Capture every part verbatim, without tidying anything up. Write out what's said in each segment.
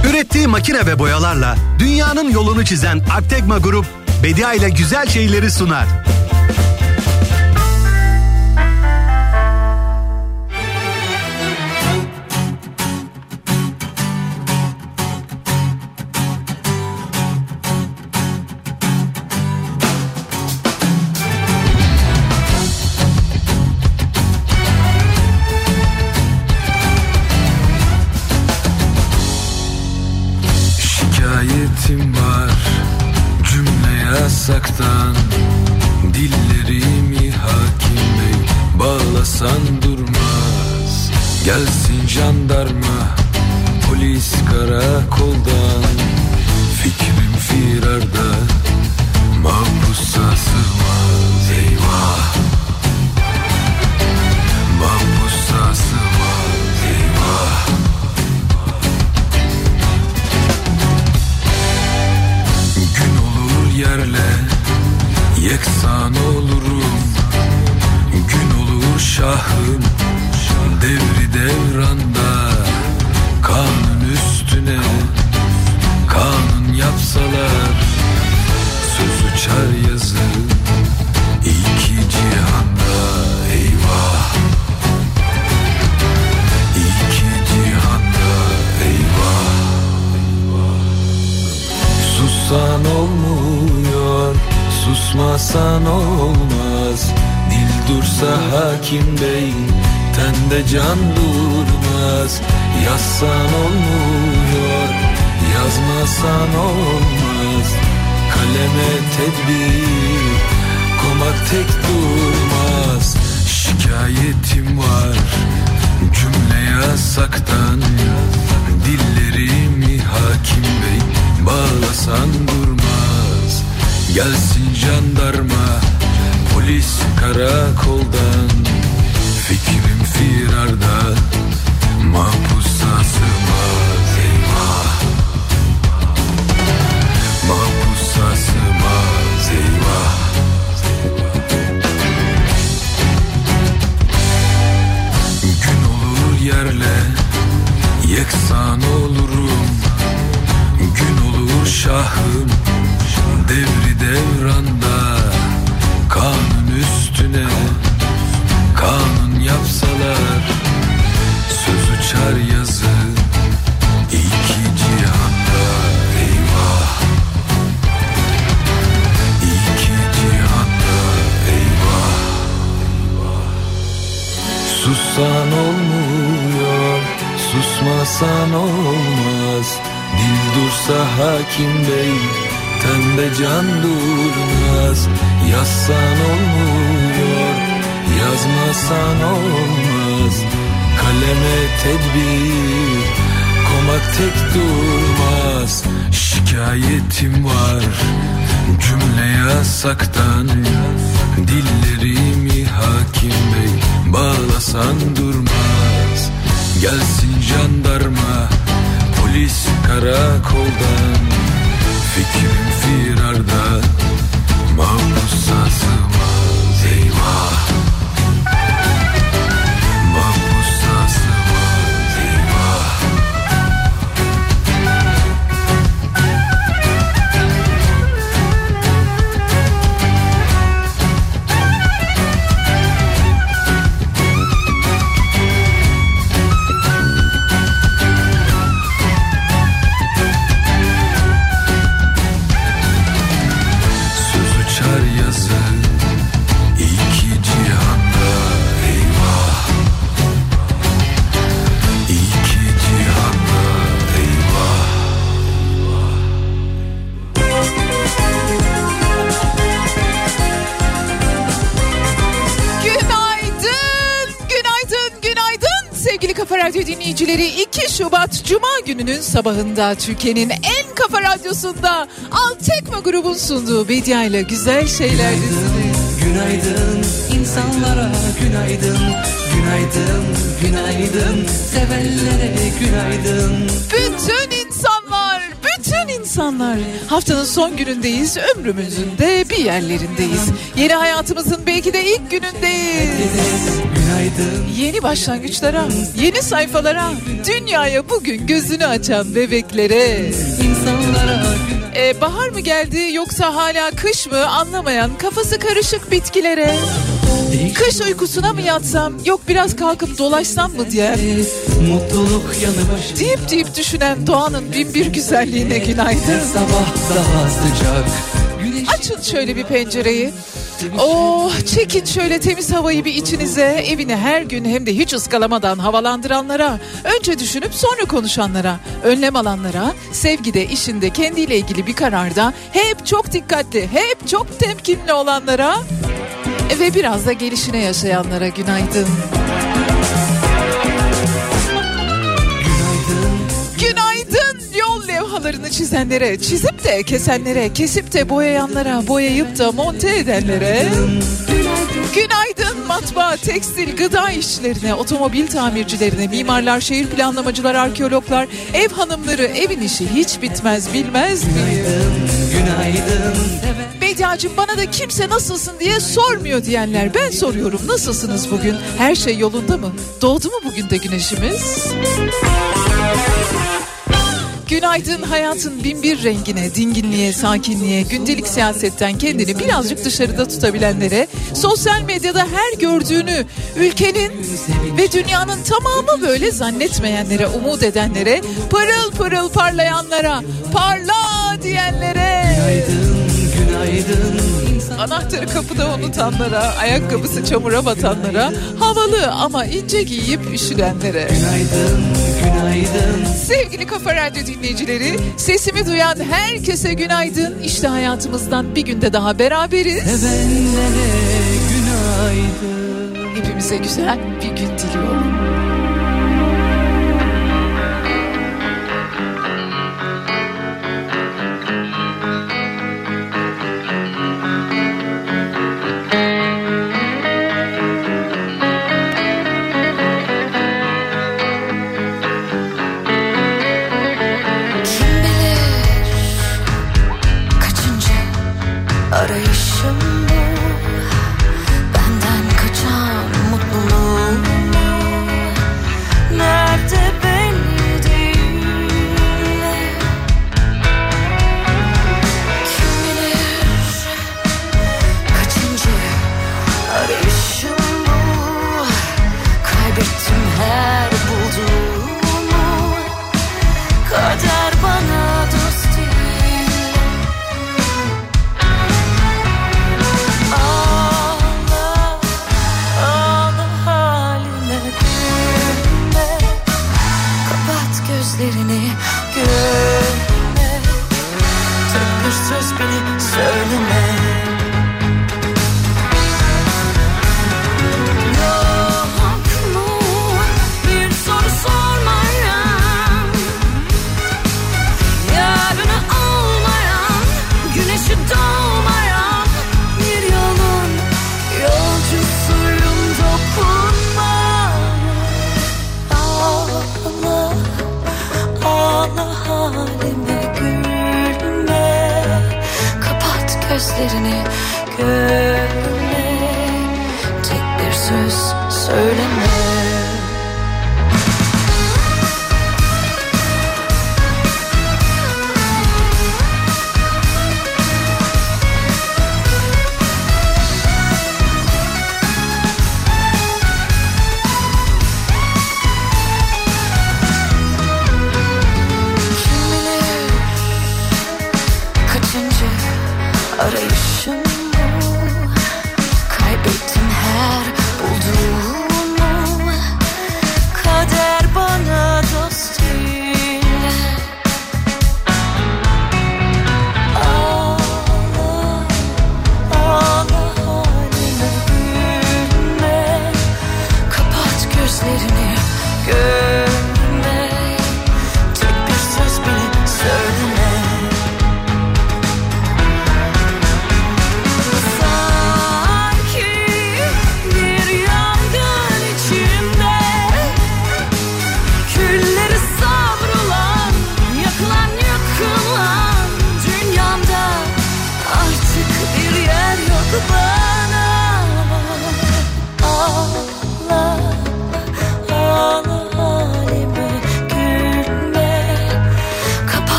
Ürettiği makine ve boyalarla dünyanın yolunu çizen Aktekma Grup, Bedia ile güzel şeyleri sunar. Yasaktan dillerimi hakim bey bağlasan durmaz. Gelsin jandarma polis karakoldan, fikrim firarda mahpusa sığmaz. Eyvah, mahpusa sığmaz. Eyvah. Yerle yeksan olurum, gün olur şahım devri devranda. Kanun üstüne kanun yapsalar, söz uçar yazı iki cihanda. Eyvah, iki cihanda. Eyvah. Sussan olmuyor, susmasan olmaz. Dil dursa hakim bey, tende can durmaz. Yazsan olmuyor, yazmasan olmaz. Kaleme tedbir koymak tek durmaz. Şikayetim var cümle yasaktan, dillerimi hakim bey bağlasan durmaz. Gelsin jandarma polis karakoldan, fikrim firarda mahpusa sığmaz. Eyvah, mahpusa sığmaz. Eyvah. Gün olur yerle yeksan olurum, gün olur şahım devri devranda. Kanun üstüne kanun yapsalar, söz uçar yazı iki cihanda. Eyvah, iki cihanda. Eyvah. Sussan olmuyor, susmasan olmaz. Dil dursa hakim bey, tende can durmaz. Yazsan olmuyor, yazmasan olmaz. Kaleme tedbir koymak tek durmaz. Şikayetim var cümle yasaktan, dillerimi hakim bey bağlasan durmaz. Gelsin jandarma polis karakoldan, fikrim firarda mahpusa sığmaz. Eyvah, mahpusa sığmaz. Eyvah. Radyo dinleyicileri, iki Şubat Cuma gününün sabahında Türkiye'nin en kafa radyosunda Altekma grubun sunduğu Bedia ile güzel şeylerdesiniz. Günaydın insanlara, günaydın, günaydın, günaydın, sevenlere günaydın. Bütün insanlar, bütün insanlar insanlar. Haftanın son günündeyiz, ömrümüzün de bir yerlerindeyiz. Yeni hayatımızın belki de ilk günündeyiz. Yeni başlangıçlara, yeni sayfalara, dünyaya bugün gözünü açan bebeklere. Ee, bahar mı geldi yoksa hala kış mı anlamayan kafası karışık bitkilere. Kış uykusuna mı yatsam, yok biraz kalkıp dolaşsam mı diye mutluluk yanı başı deyip deyip düşünen doğanın bin bir güzelliğine günaydın. Sabah daha sıcak. Açın şöyle bir pencereyi. Oh, çekin şöyle temiz havayı bir içinize. Evini her gün hem de hiç ıskalamadan havalandıranlara, önce düşünüp sonra konuşanlara, önlem alanlara, sevgide, işinde, kendiyle ilgili bir kararda hep çok dikkatli, hep çok temkinli olanlara ve biraz da gelişine yaşayanlara günaydın. Günaydın yol levhalarını çizenlere, çizip de kesenlere, kesip de boyayanlara, boyayıp da monte edenlere. Günaydın matbaa, tekstil, gıda işçilerine, otomobil tamircilerine, mimarlar, şehir planlamacılar, arkeologlar, ev hanımları, evin işi hiç bitmez bilmez mi? Günaydın. Medyacığım bana da kimse nasılsın diye sormuyor diyenler, ben soruyorum, nasılsınız bugün? Her şey yolunda mı? Doğdu mu bugün de güneşimiz? Günaydın hayatın bin bir rengine, dinginliğe, sakinliğe, gündelik siyasetten kendini birazcık dışarıda tutabilenlere, sosyal medyada her gördüğünü ülkenin ve dünyanın tamamı böyle zannetmeyenlere, umut edenlere, pırıl pırıl parlayanlara, parla diyenlere. Günaydın, günaydın. Anahtarı kapıda unutanlara, ayakkabısı çamura batanlara, havalı ama ince giyip üşüdenlere. Günaydın, günaydın. Sevgili Kafa Radyo dinleyicileri, sesimi duyan herkese günaydın. İşte hayatımızdan bir günde daha beraberiz. Sevenlere günaydın. Hepimize güzel bir gün diliyorum. Arayışım bu, benden kaçan mutluluğum nerede belli değil. Kim bilir kaçıncı arayışım bu, kaybettim her bulduğumu, kader bana dost değil. Gözlerini görme, tek bir söz bile söyleme. Yok mu bir soru sormayan, yarını olmayan, güneşi doğmayan bir yolun yolcusuyum, dokunma. Allah ağla halime gülme, kapat gözlerini görme, tek bir söz söyleme. Arayışım bu, kaybettim her bulduğumu,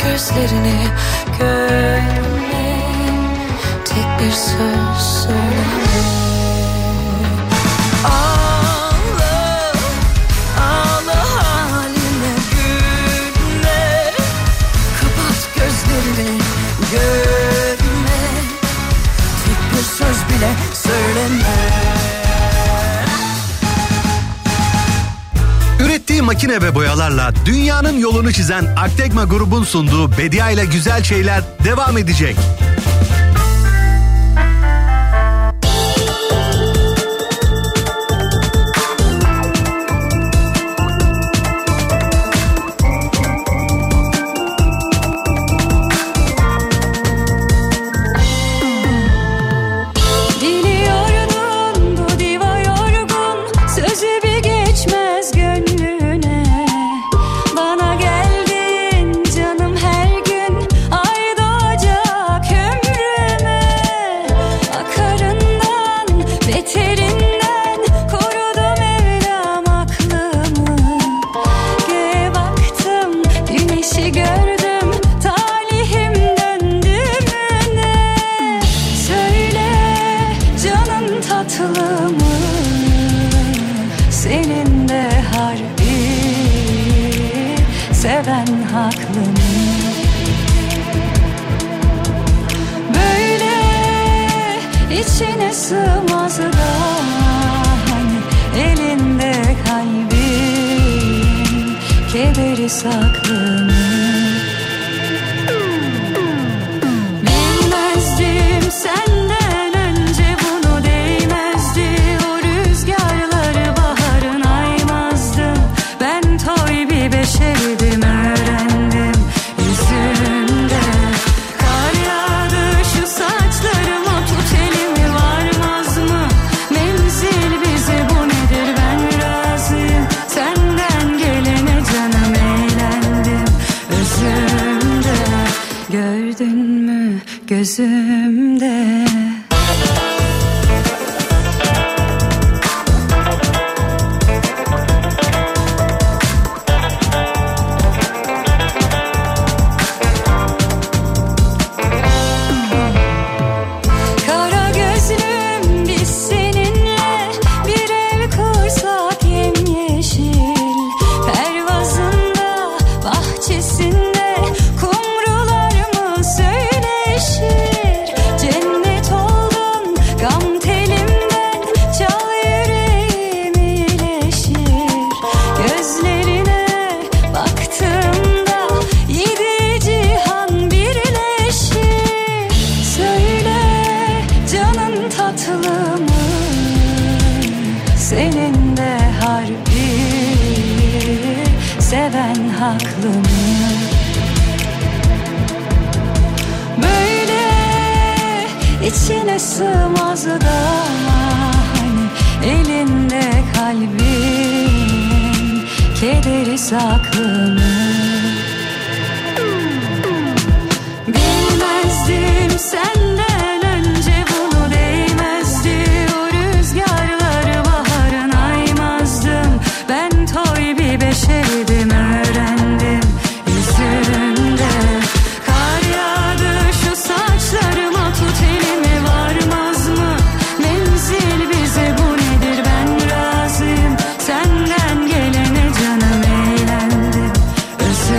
gözlerini görme, tek bir söz söyleme. Ağla, ağla haline gülme, kapat gözlerini görme, tek bir söz bile söyleme. Ürettiği makine ve boyalarla dünyanın yolunu çizen Aktegma grubun sunduğu Bedia ile Güzel Şeyler devam edecek. Sığmaz da hani elinde kalbin kederi saklı. Bilmezdim senden önce bunu, değmezdi o rüzgarları, baharın aymazdım. Ben toy bir beşerdim, öğrendim yüzünde. Kar yağdı şu saçlarıma, tut elimi. Gördün mü gözümde? Kara gözlüm, biz seninle bir ev kursak yemyeşil, pervazında bahçesinde cennet oldun, gam telimden çal yüreğim iyileşir. Gözlerine baktığımda yedi cihan birleşir. Söyle canın tatlı mı, senin de harbi seven haklı mı? İçine sığmaz da hani elinde kalbin kederi saklı mı? Bilmezdim senden önce bunu, değmezdi o rüzgarları, baharın aymazdım. Ben toy bir beşerdim, öğrendim yüzünde. Kar yağdı şu saçlarıma, tut elimi, varmaz mı menzil bize, bu nedir? Ben razıyım senden gelene, canım eğlendim özümde.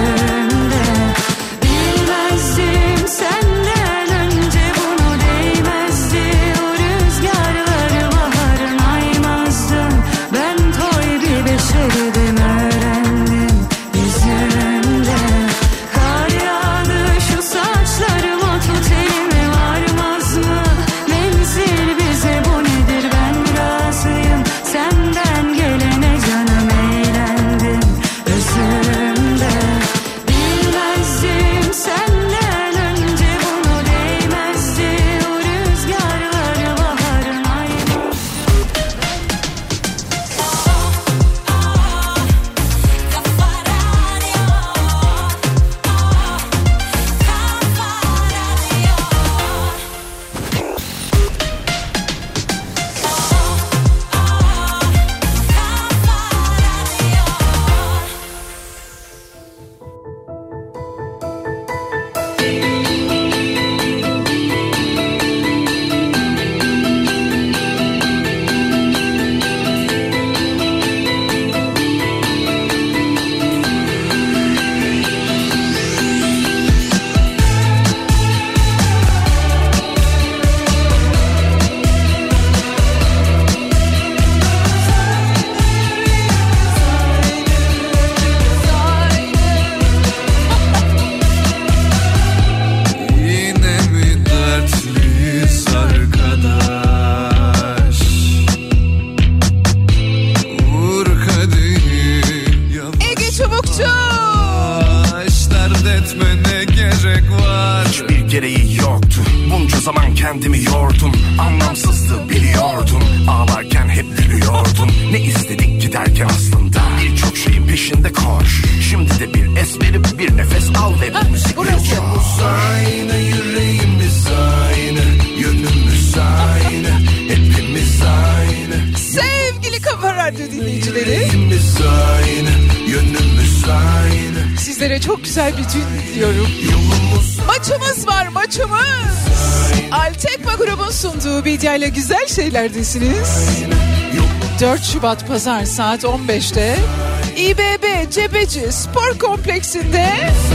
etmene gerek var. Hiçbir gereği yoktu. Bunca zaman kendimi yordum. Anlamsızdı biliyordum. Ağlarken hep gülüyordum. Ne istedik giderken aslında birçok şeyin peşinde koş. Şimdi de bir es verip bir nefes al ve bu müzik Ruhumuz aynı, yüreğimiz aynı, yönümüz aynı, hepimiz aynı. Sevgili Kafa Radyo dinleyicileri, Yüreğimiz aynı, yönümüz aynı. sizlere çok güzel bir gün diliyorum. Yolumuz Maçımız var, maçımız. Altekma grubun sunduğu Bediye ile güzel şeylerdesiniz. dört Şubat Pazar saat on beşte İBB Cebeci Spor Kompleksinde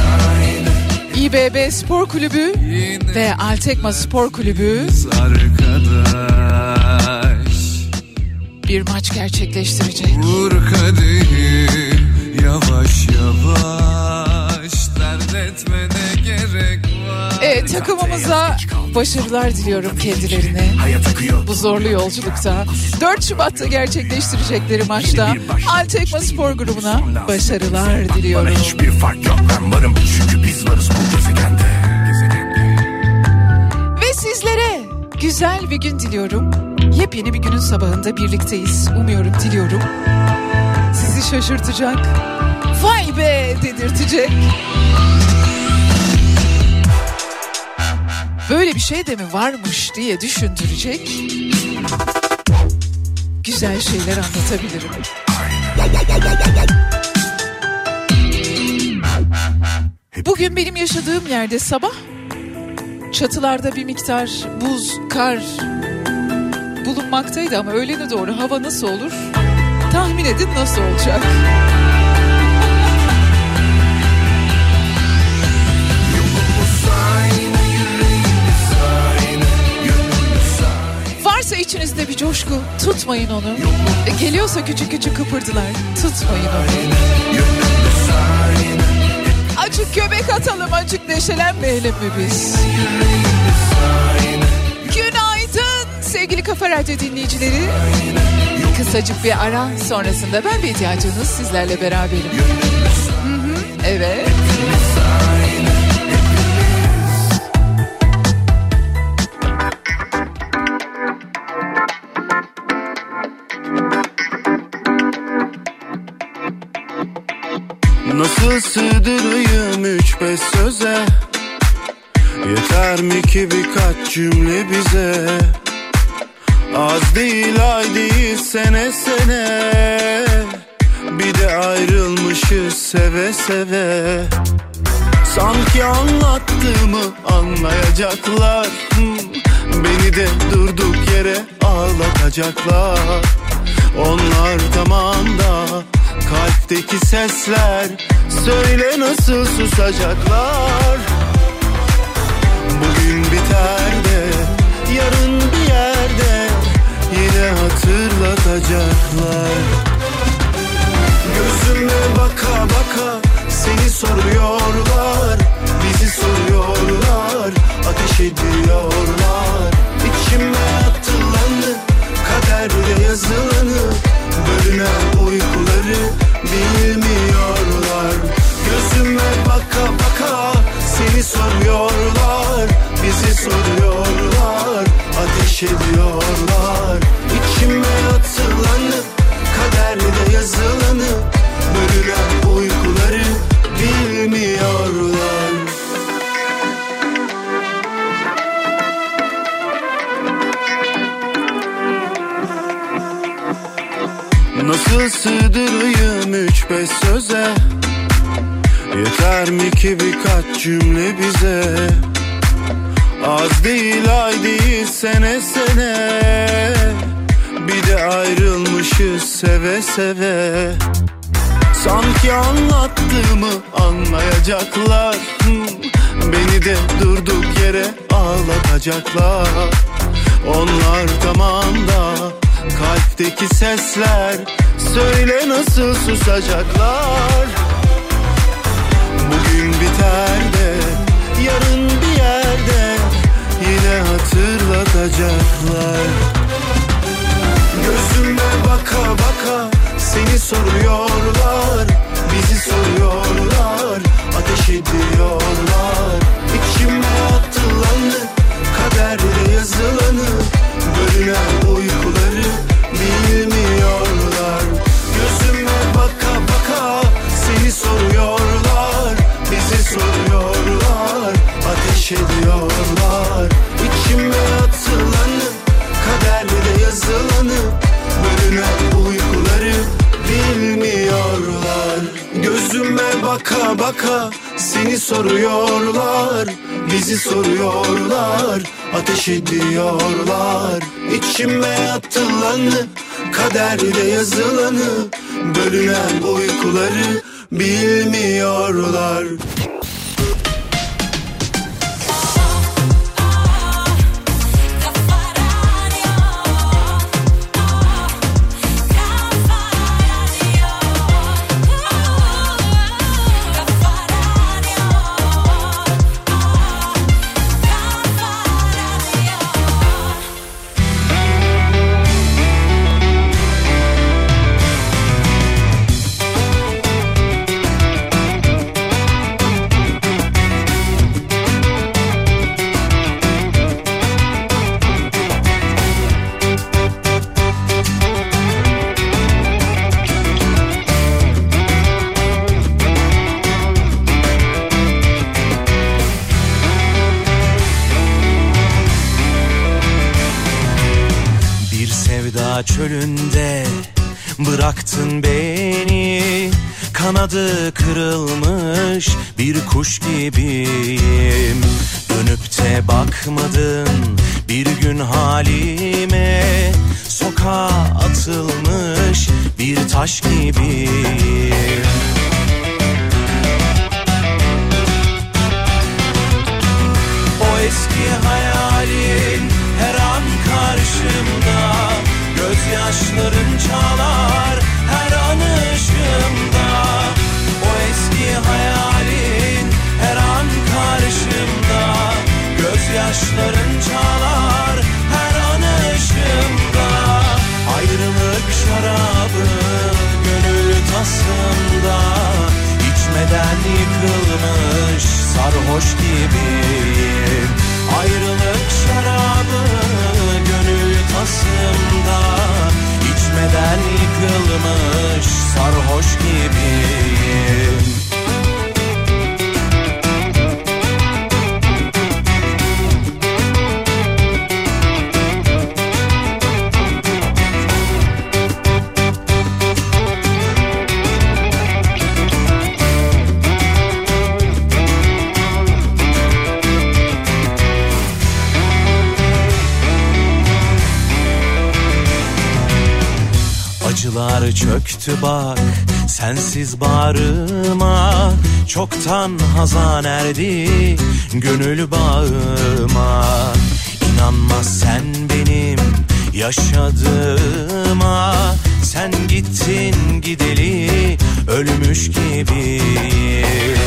İBB Spor Kulübü ve Altekma Spor Kulübü arkadaş. bir maç gerçekleştirecek. Vur kadehi yavaş yavaş, dert etmene gerek var. Evet, takımımıza başarılar diliyorum kendilerine. Bu zorlu yolculukta dört Şubat'ta gerçekleştirecekleri maçta Altekma Spor grubuna başarılar diliyorum. Bana hiçbir fark yok, ben varım çünkü biz varız bu gezegende. Ve sizlere güzel bir gün diliyorum. Yepyeni bir günün sabahında birlikteyiz. Umuyorum, diliyorum. Sizi şaşırtacak, vay be dedirtecek. Böyle bir şey de mi varmış diye düşündürecek güzel şeyler anlatabilirim. Bugün benim yaşadığım yerde sabah çatılarda bir miktar buz, kar bulunmaktaydı ama öğlene doğru hava nasıl olur? Tahmin edin nasıl olacak? Varsa içinizde bir coşku, tutmayın onu. E, geliyorsa küçük küçük kıpırdılar, tutmayın onu. Acık göbek atalım, acık neşelenmeyelim mi biz? Günaydın sevgili Kafa Radyo dinleyicileri. Kısacık bir ara sonrasında ben Bediye Acınız sizlerle beraberim. Hı hı, evet. Nasıl sığdırayım üç beş söze? Yeter mi ki birkaç cümle bize? Az değil ay değil sene sene, bir de ayrılmışız seve seve. Sanki anlattığımı anlayacaklar, beni de durduk yere ağlatacaklar. Onlar tamam da kalpteki sesler söyle nasıl susacaklar? Bugün biter de yarın bir yerde yine hatırlatacaklar. Gözüme baka baka seni soruyorlar, bizi soruyorlar, ateş ediyorlar. İçime atılanı, kaderde yazılanı, bölünen uykuları bilmiyorlar. Gözüme baka baka seni soruyorlar, bizi soruyorlar, ateş ediyorlar. İçime atılanı, kaderde yazılanı, bölünen uykuları bilmiyorlar. Nasıl sığdırayım üç beş söze? Yeter mi ki birkaç cümle bize? Az değil ay değil sene sene, bir de ayrılmışız seve seve. Sanki anlattığımı anlayacaklar, beni de durduk yere ağlatacaklar. Onlar tamam da kalpteki sesler söyle nasıl susacaklar? Bugün biter de yarın bir yerde yine hatırlatacaklar. Gözüme baka baka seni soruyorlar, bizi soruyorlar, ateş ediyorlar. ediyorlar, ateş ediyorlar. İçime atılanı, kaderde yazılanı, bölünen uykuları bilmiyorlar. Gözüme baka baka seni soruyorlar, bizi soruyorlar, ateş ediyorlar. İçime atılanı, kaderde yazılanı, bölünen uykuları bilmiyorlar. Çölünde bıraktın beni, kanadı kırılmış bir kuş gibiyim. Dönüp de bakmadın bir gün halime, sokağa atılmış bir taş gibiyim. O eski hayalin her an karşımda, gözyaşların çalar her an ışığımda. O eski hayalin her an karşımda, gözyaşların çalar her an ışığımda. Ayrılık şarabı gönül tasımda, içmeden yıkılmış sarhoş gibiyim. Ayrılık şarabı gönül tasımda, içmeden yıkılmış sarhoş gibiyim. Acılar çöktü bak sensiz bağrıma, çoktan hazan erdi gönül bağıma. İnanmaz sen benim yaşadığıma, sen gittin gideli ölmüş gibiyim.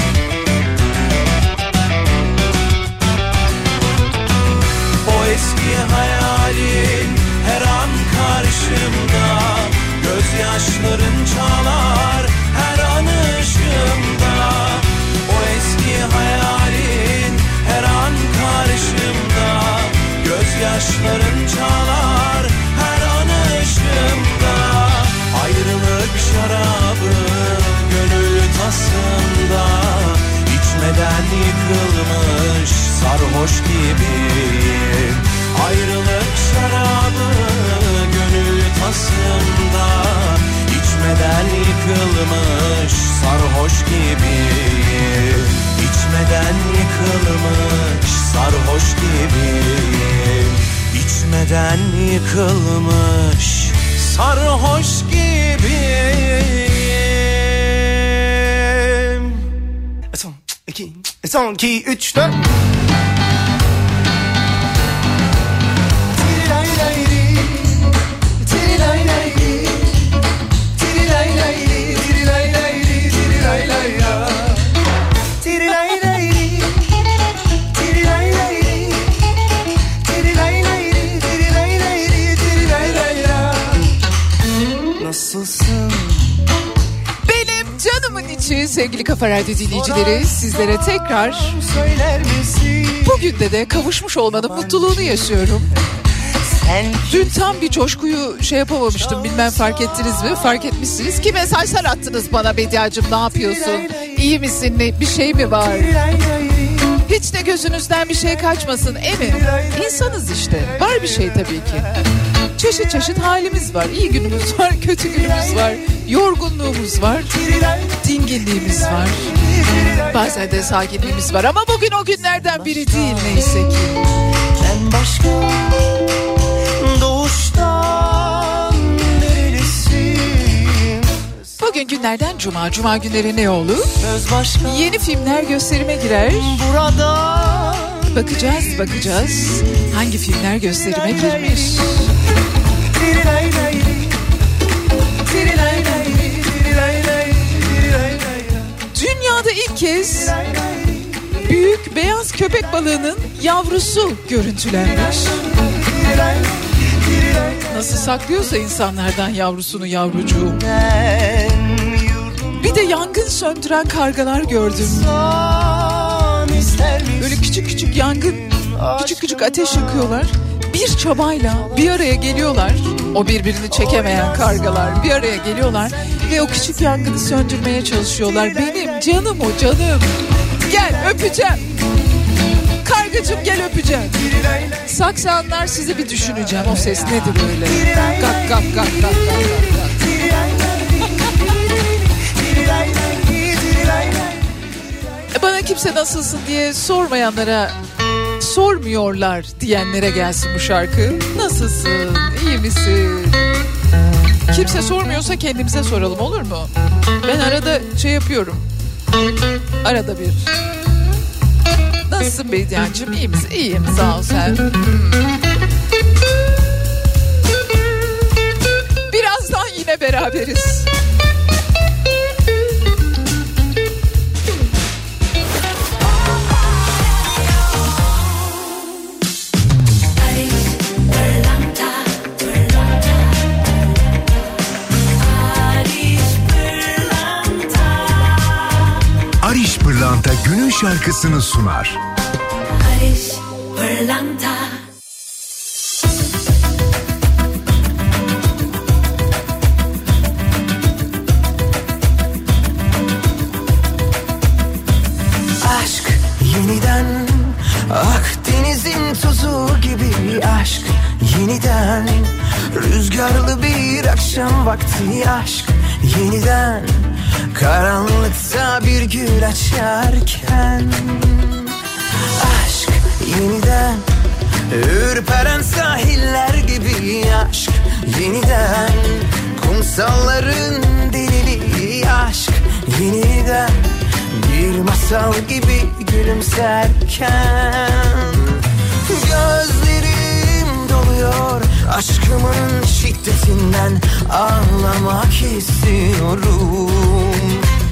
O eski hayalin her an karşımda, gözyaşların çalar her an ışığımda. O eski hayalin her an karşımda, gözyaşların çalar her an ışığımda. Ayrılık şarabı gönül tasımda, içmeden yıkılmış sarhoş gibiyim. Ayrılık şarabı gönül tasımda, içmeden yıkılmış sarhoş gibiyim. İçmeden yıkılmış sarhoş gibiyim. İçmeden yıkılmış sarhoş gibiyim. Son iki, son iki, üç, dört. Nasılsın? Benim canımın içi sevgili Kafa Radyo dinleyicileri, sizlere tekrar bugün de de kavuşmuş olmanın mutluluğunu yaşıyorum. Dün tam bir coşkuyu şey yapamamıştım, bilmem fark ettiniz mi? Fark etmişsiniz ki mesajlar attınız bana, Bediacığım ne yapıyorsun? İyi misin? Ne, bir şey mi var? Hiç de gözünüzden bir şey kaçmasın Emin. İnsanız işte. Var bir şey tabii ki. Çeşit çeşit halimiz var. İyi günümüz var, kötü günümüz var. Yorgunluğumuz var. Dinginliğimiz var. Bazen de sakinliğimiz var. Ama bugün o günlerden biri değil neyse ki. En başka doğuştan nerelisin? Bugün günlerden cuma. Cuma günleri ne olur? Söz başka. Yeni filmler gösterime girer. Burada Bakacağız, bakacağız. Hangi filmler gösterime girmiş? Dünyada ilk kez büyük beyaz köpek balığının yavrusu görüntülenmiş. Nasıl saklıyorsa insanlardan yavrusunu yavrucuğum. Bir de yangın söndüren kargalar gördüm. Böyle küçük küçük yangın, küçük küçük ateş yakıyorlar. Bir çabayla bir araya geliyorlar. O birbirini çekemeyen kargalar bir araya geliyorlar ve o küçük yangını söndürmeye çalışıyorlar. Benim canım o canım. Gel öpeceğim. Kargacığım gel öpeceğim. Saksanlar sizi bir düşüneceğim. O ses nedir öyle? Gak gak gak gak gak. Bana kimse nasılsın diye sormayanlara, sormuyorlar diyenlere gelsin bu şarkı. Nasılsın? İyi misin? Kimse sormuyorsa kendimize soralım, olur mu? Ben arada şey yapıyorum. Arada bir. Nasılsın Bediancığım? İyi misin? İyiyim, sağ ol sen. Birazdan yine beraberiz. Ariş Pırlanta günün şarkısını sunar. Ariş Pırlanta. Aşk yeniden Akdeniz'in tuzu gibi aşk yeniden rüzgarlı bir akşam vakti aşk yeniden karanlıkta bir gül açarken aşk yeniden ürperen sahiller gibi aşk yeniden kumsalların deliliği aşk yeniden bir masal gibi gülümserken gözlerim doluyor aşkımın şiddetinden ağlamak istiyorum.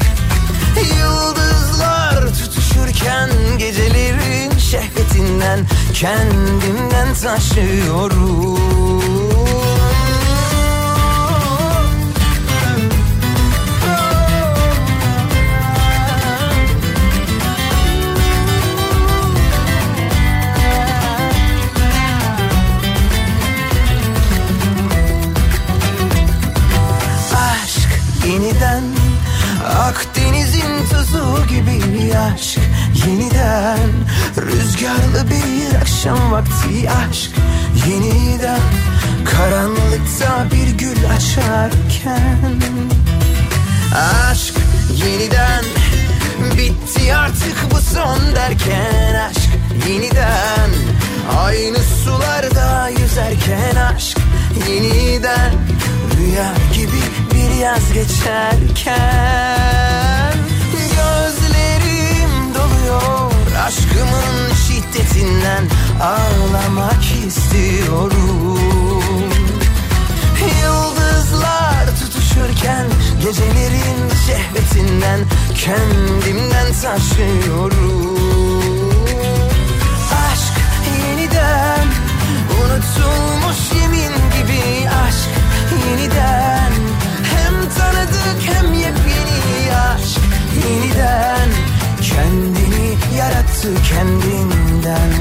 Yıldızlar tutuşurken gecelerin şehvetinden kendimden taşıyorum. Yeniden Akdeniz'in tuzu gibi aşk yeniden rüzgarlı bir akşam vakti aşk yeniden karanlıkta bir gül açarken aşk yeniden bitti artık bu son derken aşk yeniden aynı sularda yüzerken aşk yeniden rüya gibi bir yaz geçerken gözlerim doluyor aşkımın şiddetinden ağlamak istiyorum. Yıldızlar tutuşurken gecelerin şehvetinden kendimden taşıyorum. Aşk yeniden unutulmuş yemin gibi aşk yeniden hem tanıdık hem yepyeni aşk yeniden kendini yarattı kendinden.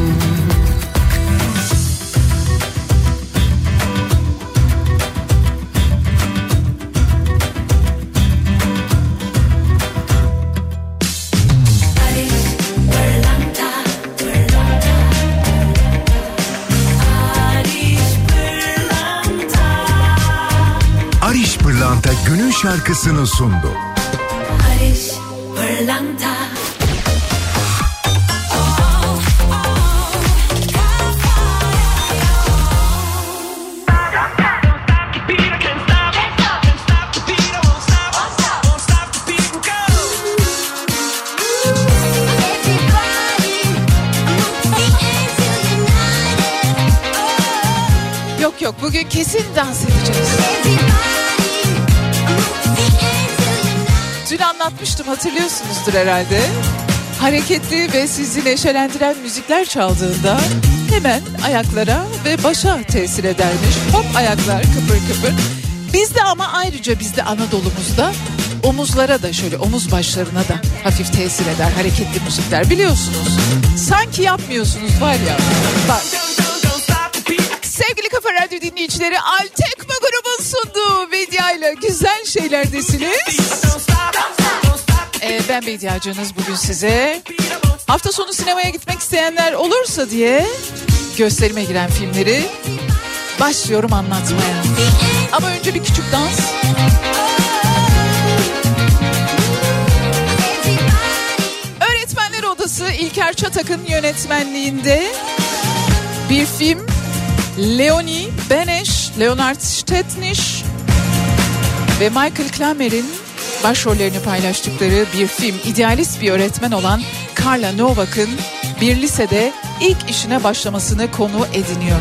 Ariş Pırlanta. şarkısını sundu. Barış Pırlanta. Yok yok, bugün kesin dans edeceğiz. Dün anlatmıştım, hatırlıyorsunuzdur herhalde. Hareketli ve sizi neşelendiren müzikler çaldığında hemen ayaklara ve başa tesir edermiş. Hop, ayaklar kıpır kıpır. Bizde ama ayrıca bizde Anadolu'muzda omuzlara da, şöyle omuz başlarına da hafif tesir eder hareketli müzikler, biliyorsunuz. Sanki yapmıyorsunuz var ya. Bak. Sevgili Kafa Radyo dinleyicileri, Altekma grubun sunduğu Bedia'yla güzel şeylerdesiniz. Ee, ben Bedia Canız, bugün size hafta sonu sinemaya gitmek isteyenler olursa diye gösterime giren filmleri başlıyorum anlatmaya. Ama önce bir küçük dans. Öğretmenler Odası İlker Çatak'ın yönetmenliğinde bir film. Leonie Benesch, Leonard Stettnish ve Michael Klamer'in başrollerini paylaştıkları bir film. İdealist bir öğretmen olan Carla Novak'ın bir lisede ilk işine başlamasını konu ediniyor.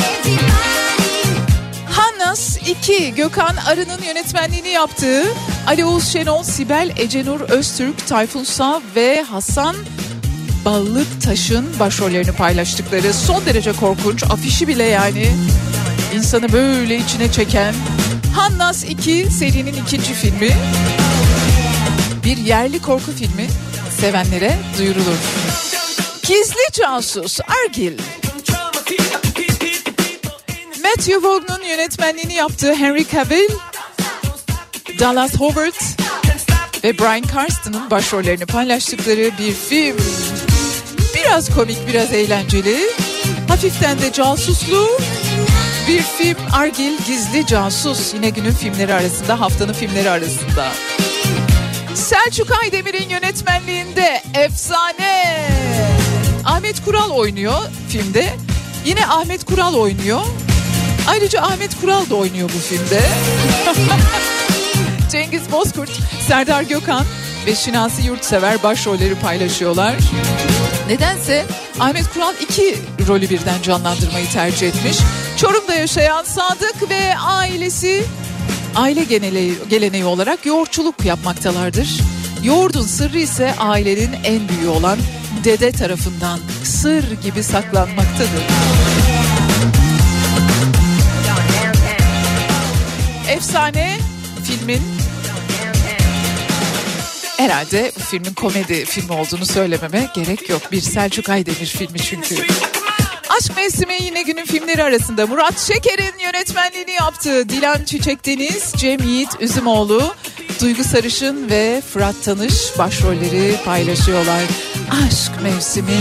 Hannas iki, Gökhan Arı'nın yönetmenliğini yaptığı, Ali Oğuz Şenol, Sibel Ecenur Öztürk, Tayfun Sav ve Hasan Ballıktaş'ın başrollerini paylaştıkları son derece korkunç, afişi bile yani insanı böyle içine çeken Hannas iki serinin ikinci filmi. Bir yerli korku filmi, sevenlere duyurulur. Gizli Casus Argyll. Matthew Vaughn'un yönetmenliğini yaptığı Henry Cavill, Dallas Howard ve Bryan Cranston'ın başrollerini paylaştıkları bir film. Biraz komik, biraz eğlenceli, hafiften de casuslu bir film. Argyll Gizli Casus, yine günün filmleri arasında, haftanın filmleri arasında. Selçuk Aydemir'in yönetmenliğinde efsane Ahmet Kural oynuyor filmde. Yine Ahmet Kural oynuyor. Ayrıca Ahmet Kural da oynuyor bu filmde. Cengiz Bozkurt, Serdar Gökhan ve Şinasi Yurtsever başrolleri paylaşıyorlar. Nedense Ahmet Kural iki rolü birden canlandırmayı tercih etmiş. Çorum'da yaşayan Sadık ve ailesi aile geleneği, geleneği olarak yoğurtçuluk yapmaktalardır. Yoğurdun sırrı ise ailenin en büyüğü olan dede tarafından sır gibi saklanmaktadır. Efsane filmin, herhalde bu filmin komedi filmi olduğunu söylememe gerek yok. Bir Selçuk Aydemir filmi çünkü. Aşk Mevsimi yine günün filmleri arasında. Murat Şeker'in yönetmenliğini yaptığı Dilan Çiçek Deniz, Cem Yiğit Üzümoğlu, Duygu Sarışın ve Fırat Tanış başrolleri paylaşıyorlar. Aşk Mevsimi.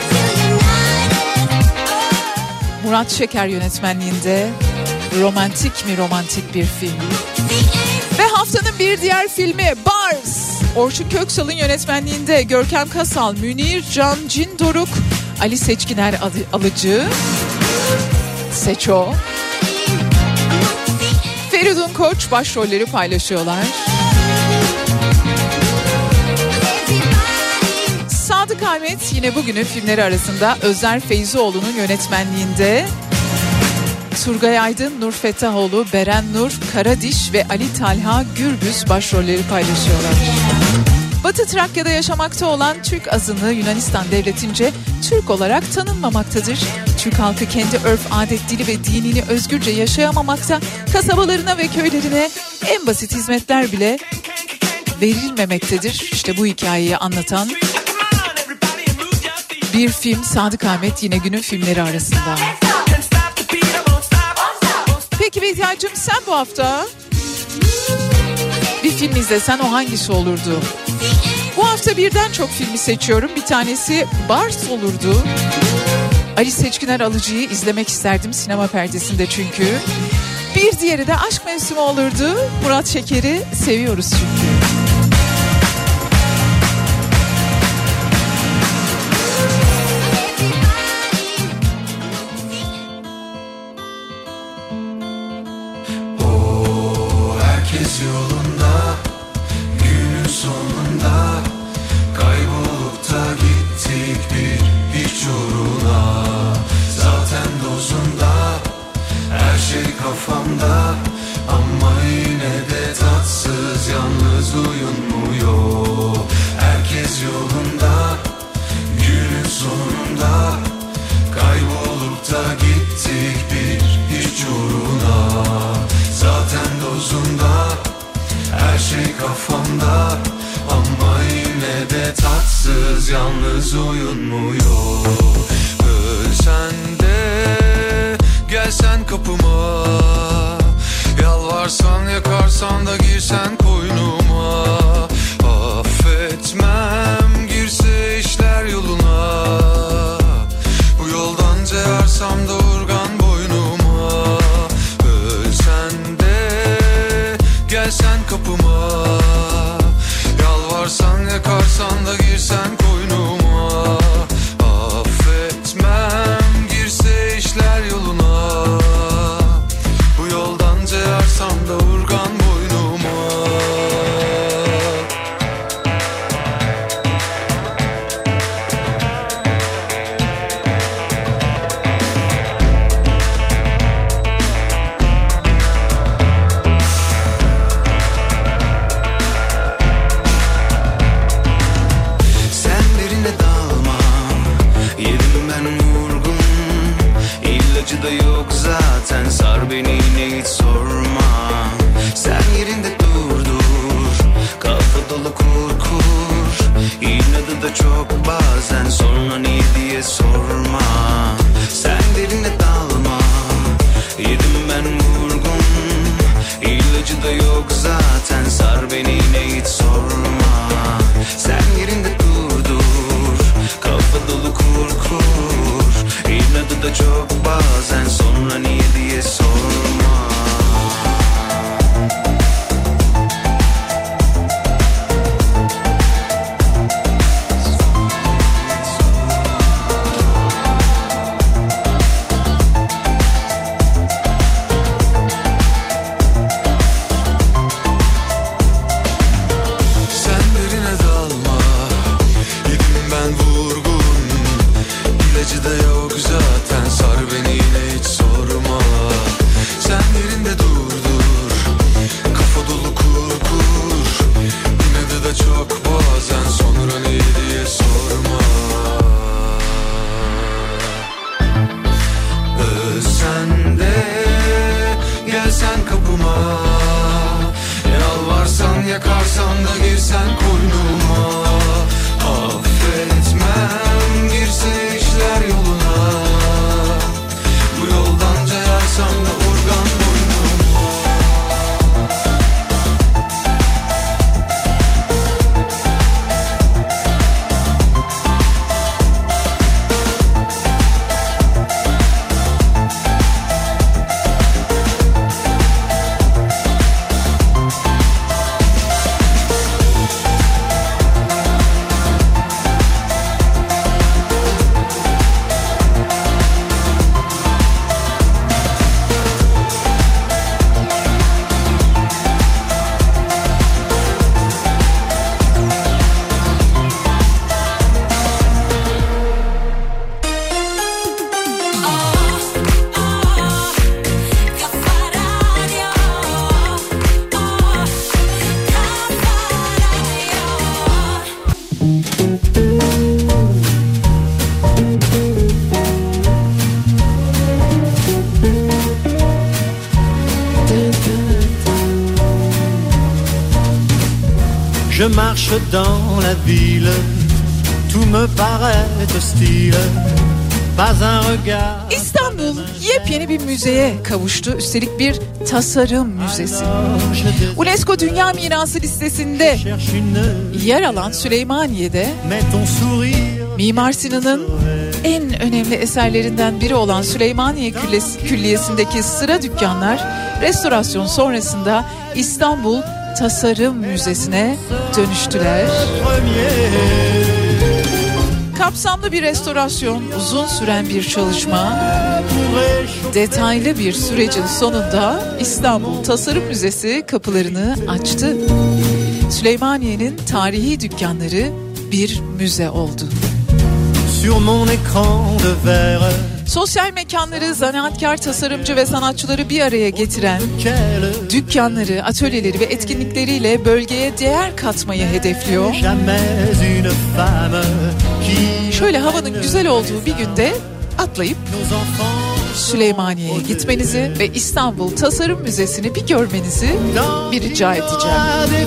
Murat Şeker yönetmenliğinde romantik mi romantik bir film. Ve haftanın bir diğer filmi Bars. Orçun Köksal'ın yönetmenliğinde Görkem Kasal, Münir Can Cindoruk, Ali Seçkiner Alıcı, Seço, Feridun Koç başrolleri paylaşıyorlar. Sadık Ahmet yine bugünün filmleri arasında. Özer Feyzioğlu'nun yönetmenliğinde Turgay Aydın, Nur Fettahoğlu, Beren Nur Karadiş ve Ali Talha Gürbüz başrolleri paylaşıyorlar. Batı Trakya'da yaşamakta olan Türk azınlığı Yunanistan devletince Türk olarak tanınmamaktadır. Türk halkı kendi örf, adet, dili ve dinini özgürce yaşayamamakta, kasabalarına ve köylerine en basit hizmetler bile verilmemektedir. İşte bu hikayeyi anlatan bir film Sadık Ahmet yine günün filmleri arasında. Peki Bediacığım, sen bu hafta bir film izlesen o hangisi olurdu? Bu hafta birden çok filmi seçiyorum. Bir tanesi Bars olurdu. Ali Seçkiner Alıcı'yı izlemek isterdim sinema perdesinde çünkü. Bir diğeri de aşk mevsimi olurdu. Murat Şeker'i seviyoruz çünkü. Herkes yolunda, günün sonunda kaybolup da gittik bir hiç uğruna. Zaten dozunda, her şey kafamda, ama yine de tatsız, yalnız uyunmuyor. Herkes yolunda, günün sonunda kaybolup da gittik bir hiç uğruna. Zaten dozunda, her şey kafamda, ama yine de tatsız, yalnız uyunmuyor. Ölsen de gelsen kapıma, yalvarsan yakarsan da girsen koynuma. Affetmem girse işler yoluna, bu yoldan ceyarsam da urgan boynuma. Ölsen de gelsen kapıma, yalvarsan yakarsan da girsen koynuma. Affetmem girse işler yoluna, bu yoldan ceyarsam da urgan boynuma. Da yok zaten, sar beni yine hiç sorma. Sen yerinde dur dur, kafa dolu kur kur. İnadı da çok bazen, sonra niye diye sorma. Sen derine dalma, yedim ben vurgun. İlacı da yok zaten, sar beni yine hiç sorma. Sen yerinde dur dur, kafa dolu kur kur. İnadı da çok bazen, sonra niye diye sorma. Sen derine dalma, yedim ben vurgun. İlacı da yok zaten, sar beni yine hiç sorma. Sen yerinde dur dur, kafa dolu kur kur. İnadı da çok bazen, sonra niye diye sorma. Ölsen de gelsen kapıma, yalvarsan yakarsan da girsen koynuma. Affetmem girse işler yoluna, bu yoldan cayarsam da urgan boynuma. Je marche dans la ville, tout me paraît hostile. Pas un regard. İstanbul yepyeni bir müzeye kavuştu. Üstelik bir tasarım müzesi. UNESCO Dünya Mirası listesinde yer alan Süleymaniye'de Mimar Sinan'ın en önemli eserlerinden biri olan Süleymaniye Külliyesi'ndeki sıra dükkanlar restorasyon sonrasında İstanbul Tasarım Müzesi'ne dönüştüler. Kapsamlı bir restorasyon, uzun süren bir çalışma, detaylı bir sürecin sonunda İstanbul Tasarım Müzesi kapılarını açtı. Süleymaniye'nin tarihi dükkanları bir müze oldu. Sosyal mekanları, zanaatkar, tasarımcı ve sanatçıları bir araya getiren dükkanları, atölyeleri ve etkinlikleriyle bölgeye değer katmayı hedefliyor. Şöyle havanın güzel olduğu bir günde atlayıp Süleymaniye'ye gitmenizi ve İstanbul Tasarım Müzesi'ni bir görmenizi bir rica edeceğim.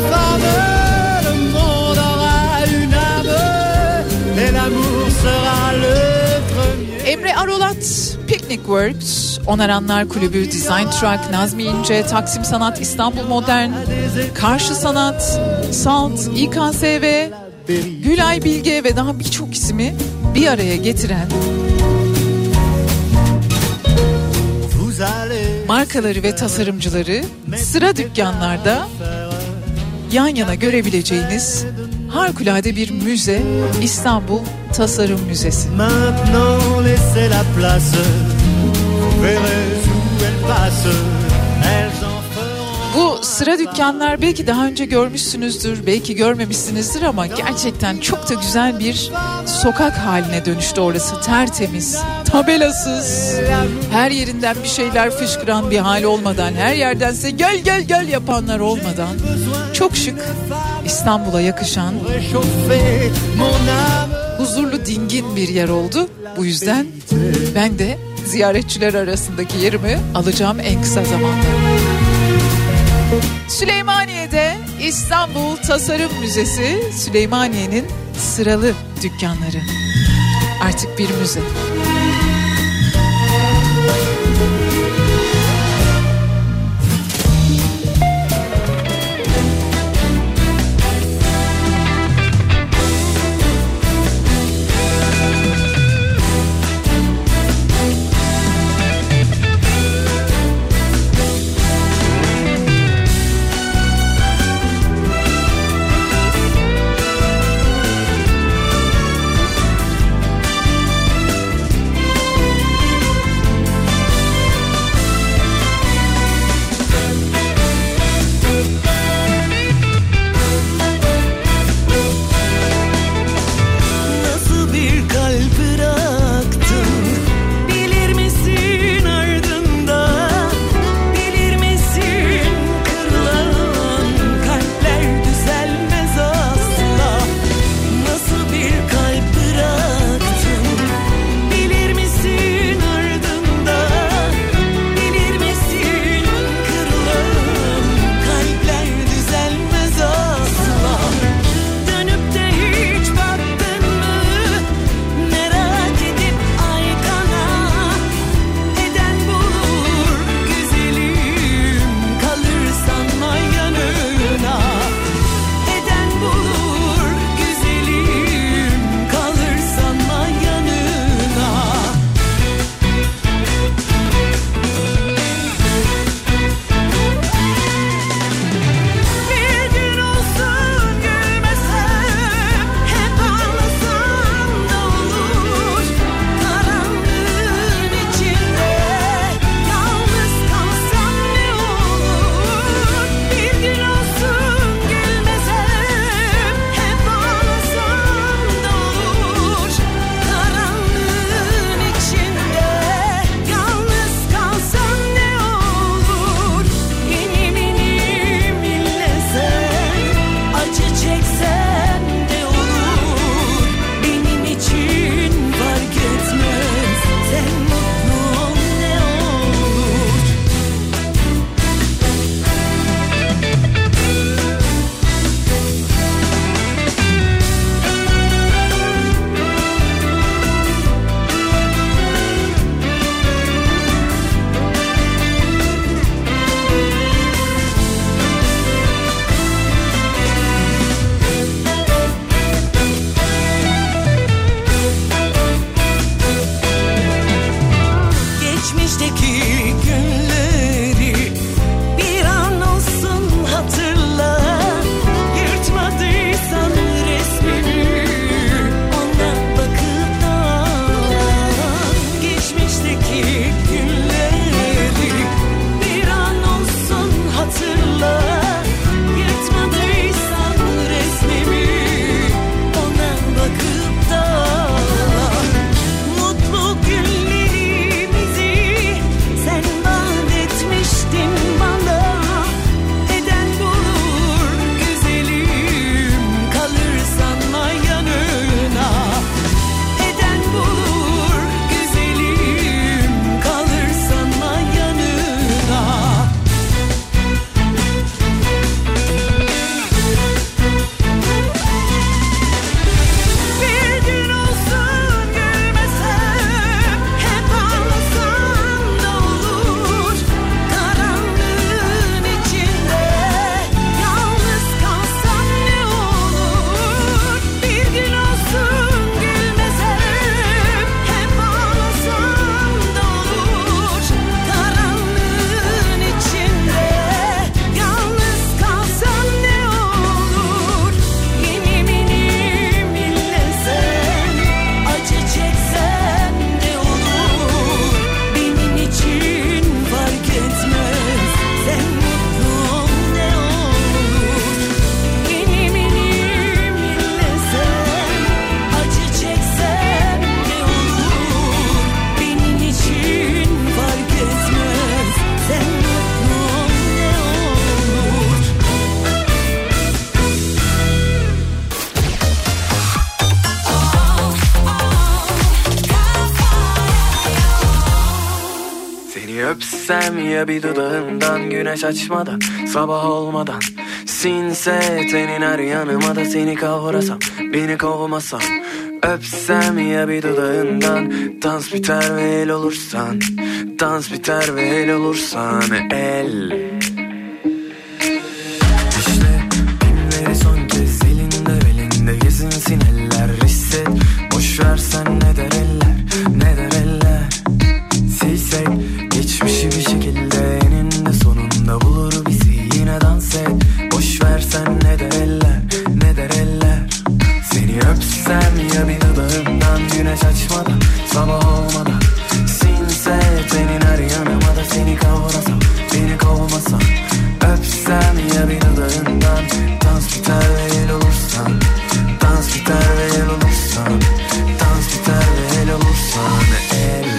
Emre Arolat, Picnic Works, Onaranlar Kulübü, Design Truck, Nazmi İnce, Taksim Sanat, İstanbul Modern, Karşı Sanat, Salt, İ K S V, Gülay Bilge ve daha birçok ismi bir araya getiren markaları ve tasarımcıları sıra dükkanlarda yan yana görebileceğiniz harikulade bir müze, İstanbul Tasarım Müzesi. Bu sıra dükkanlar belki daha önce görmüşsünüzdür, belki görmemişsinizdir ama gerçekten çok da güzel bir sokak haline dönüştü orası. Tertemiz, tabelasız, her yerinden bir şeyler fışkıran bir hal olmadan, her yerdense gel gel gel yapanlar olmadan çok şık, İstanbul'a yakışan, huzurlu, dingin bir yer oldu. Bu yüzden ben de ziyaretçiler arasındaki yerimi alacağım en kısa zamanda. Süleymaniye'de İstanbul Tasarım Müzesi, Süleymaniye'nin sıralı dükkanları. Artık bir müze. öpsem ya bir dudağından, güneş açmadan, sabah olmadan. Sinse tenin her yanıma da seni kavrasam, beni kovmasam. Öpsem ya bir dudağından, dans biter ve el olursan. Dans biter ve el olursan, el. İşte pinleri son kez elinde belinde, gezinsin eller, hisset. Boş versen ne der eller, ne der eller. Silsek geçmişi bir şekilde, eninde sonunda bulur bizi, yine dans et. Boş versen ne der eller, ne der eller. Seni öpsem ya bir dudağından, güneş açmadan, sabah olmadan. Sinse tenin her yanıma da seni kavrasam, beni kovmasam. Öpsem ya bir dudağından, dans biter ve el olursan. Dans biter ve el olursan. Dans biter ve el olursan, el.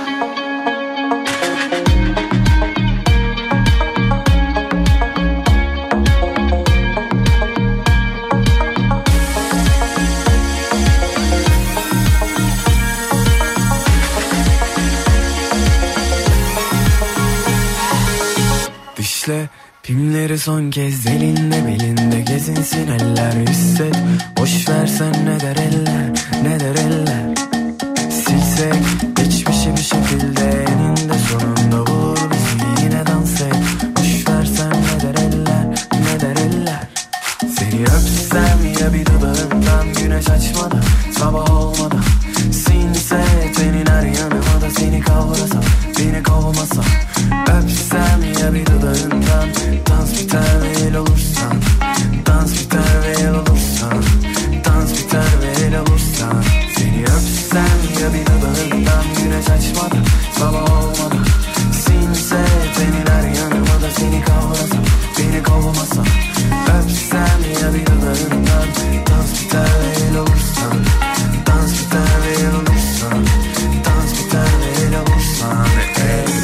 Dişle pimleri son kez elinde belinde, gezinsin eller, hisset. Boş versen ne der eller, ne der eller. Silsek geçmişi bir şekilde, eninde sonunda bulur bizi, yine dans et. Boş versen ne der eller, ne der eller. Seni öpsem ya bir dudağından, güneş açmadan, sabah olmadan. Sinse tenin her yanıma da seni kavrasam, beni kovmasam. Öpsem ya bir dudağından, dans biter ve el olursan. Dans biter ve el olursan. Dans biter ve el olursan. Seni öpsem ya bir dudağından, güneş açmadan, sabah olmadan. Sinse tenin her yanıma da seni kavrasam, beni kovmasam. Öpsem ya bir dudağından, dans biter ve el olursan. Dans biter ve el olursan. Dans biter ve el olursan, el.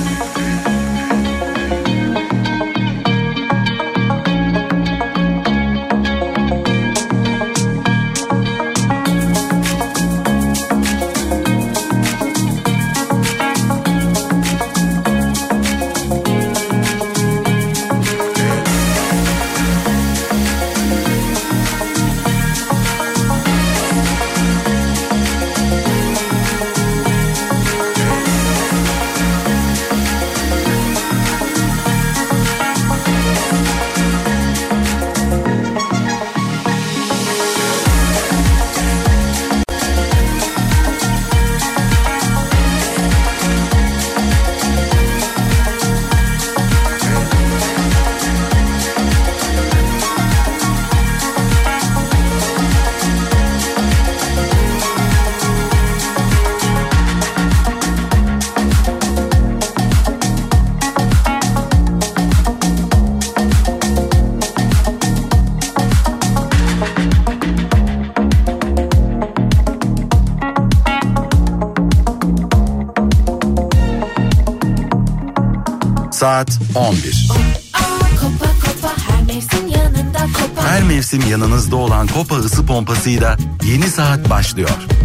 Saat on bir. Her mevsim yanınızda olan Kopa ısı pompasıyla yeni saat başlıyor.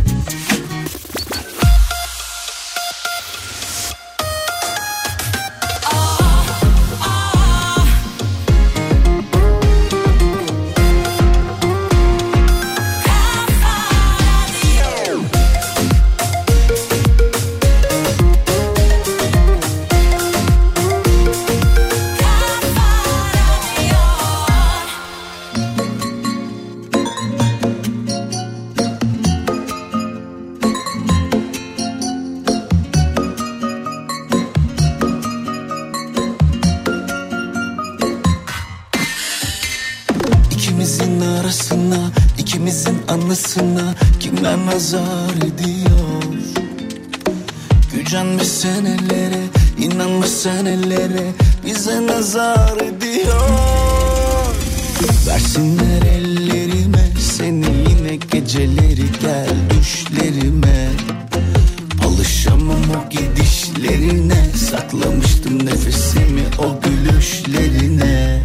Kimler nazar ediyor? Gücenme senelere, inanma senelere, bize nazar ediyor. Versinler ellerime seni, yine geceleri gel düşlerime. Alışamam o gidişlerine, saklamıştım nefesimi o gülüşlerine.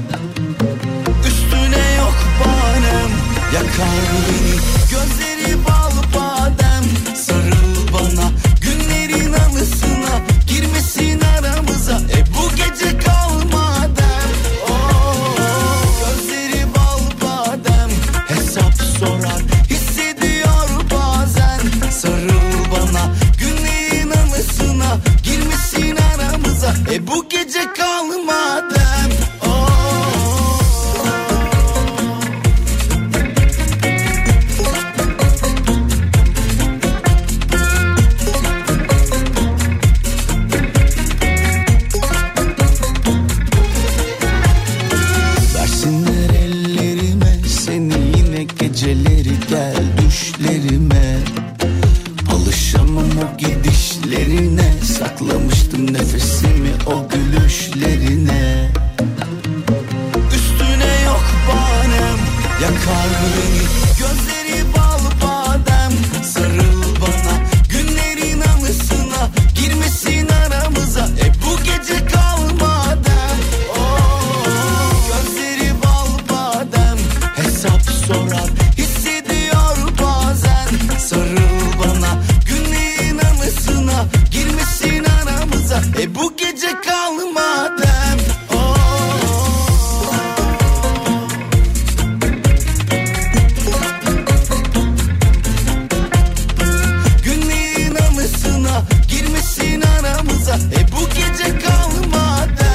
Üstüne yok bahanem, yakar beni gözleri bal badem. Sarıl bana günlerin anısına, girmesin E bu gece kalmadım. Geceleri gel düşlerime, alışamam o gidişlerine, saklamıştım nefesimi o gülüşlerine. Üstüne yok bahanem, yakar beni gözleri bal badem. Sarıl bana günlerin anısına, girmesin aramıza e bu gece kalmadan. Oh, gözleri bal badem, hesap sorar hissediyor bazen. Sarıl bana günlerin anısına, girmesin aramıza e bu gece kalmadan. E bu gece kalmadan.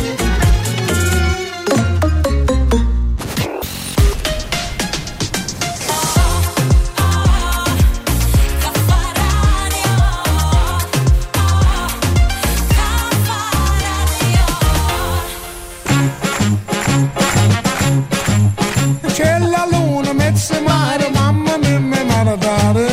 C'è la luna mezzo mare, mamma mia mi maradare.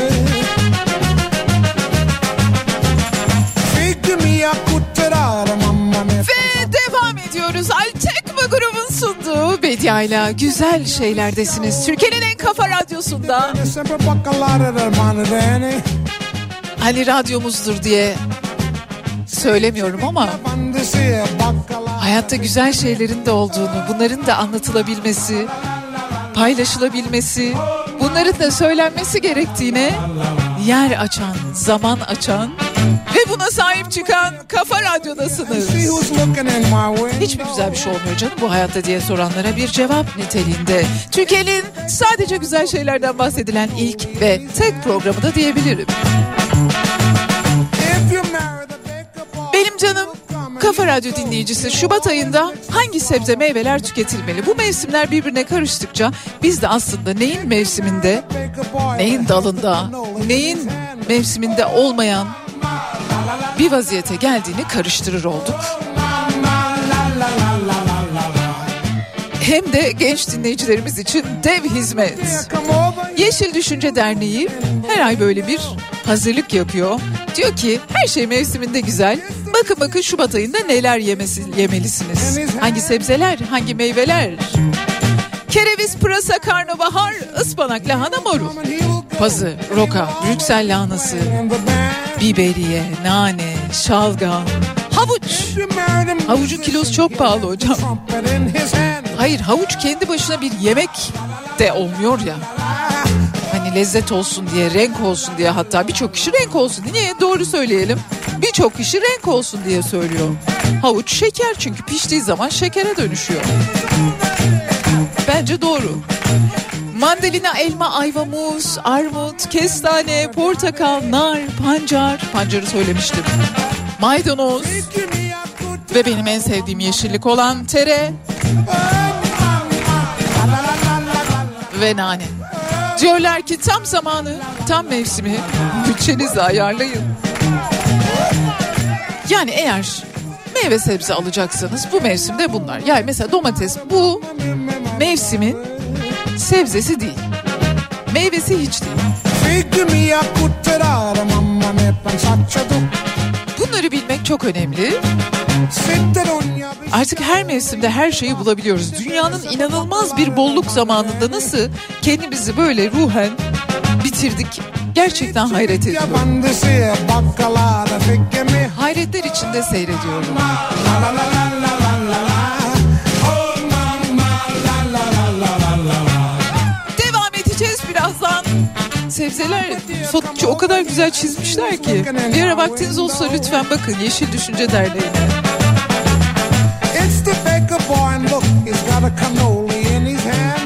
Ve devam ediyoruz. Altekma grubun sunduğu Bedia'yla güzel şeylerdesiniz. Türkiye'nin en kafa radyosunda. Hani radyomuzdur diye söylemiyorum ama hayatta güzel şeylerin de olduğunu, bunların da anlatılabilmesi, paylaşılabilmesi, bunların da söylenmesi gerektiğine yer açan, zaman açan ve buna sahip çıkan Kafa Radyo'dasınız. Hiç mi güzel bir şey olmuyor canım bu hayatta diye soranlara bir cevap niteliğinde. Türkiye'nin sadece güzel şeylerden bahsedilen ilk ve tek programı da diyebilirim. Benim canım Kafa Radyo dinleyicisi, Şubat ayında hangi sebze meyveler tüketilmeli? Bu mevsimler birbirine karıştıkça biz de aslında neyin mevsiminde, neyin dalında, neyin mevsiminde olmayan bir vaziyete geldiğini karıştırır olduk. Hem de genç dinleyicilerimiz için dev hizmet. Yeşil Düşünce Derneği her ay böyle bir hazırlık yapıyor. Diyor ki her şey mevsiminde güzel. Bakın bakın Şubat ayında neler yemesi, yemelisiniz. Hangi sebzeler, hangi meyveler? Kereviz, pırasa, karnabahar, ıspanak, lahana, marul, pazı, roka, Brüksel lahanası, biberiye, nane, şalgam, havuç. Havucun kilosu çok pahalı hocam. Hayır, havuç kendi başına bir yemek de olmuyor ya. Hani lezzet olsun diye, renk olsun diye, hatta birçok kişi renk olsun. Niye? Doğru söyleyelim. Birçok kişi renk olsun diye söylüyor. Havuç şeker, çünkü piştiği zaman şekere dönüşüyor. Bence doğru. Mandalina, elma, ayva, muz, armut, kestane, portakal, nar, pancar. Pancarı söylemiştim. Maydanoz ve benim en sevdiğim yeşillik olan tere ve nane. Diyorlar ki tam zamanı, tam mevsimi, bütçenizi ayarlayın. Yani eğer meyve sebze alacaksanız bu mevsimde bunlar. Yani mesela domates bu mevsimin sebzesi değil. Meyvesi hiç değil. Bunları bilmek çok önemli. Artık her mevsimde her şeyi bulabiliyoruz. Dünyanın inanılmaz bir bolluk zamanında nasıl kendimizi böyle ruhen bitirdik? Gerçekten hayret ediyorum. Hayretler içinde seyrediyorum. Devam edeceğiz birazdan. Sebzeler fotoğrafçı o kadar güzel çizmişler ki. Bir ara vaktiniz olsa lütfen bakın Yeşil Düşünce Derneği'ne. It's the baker boy and look, he's got a cannoli in his hand.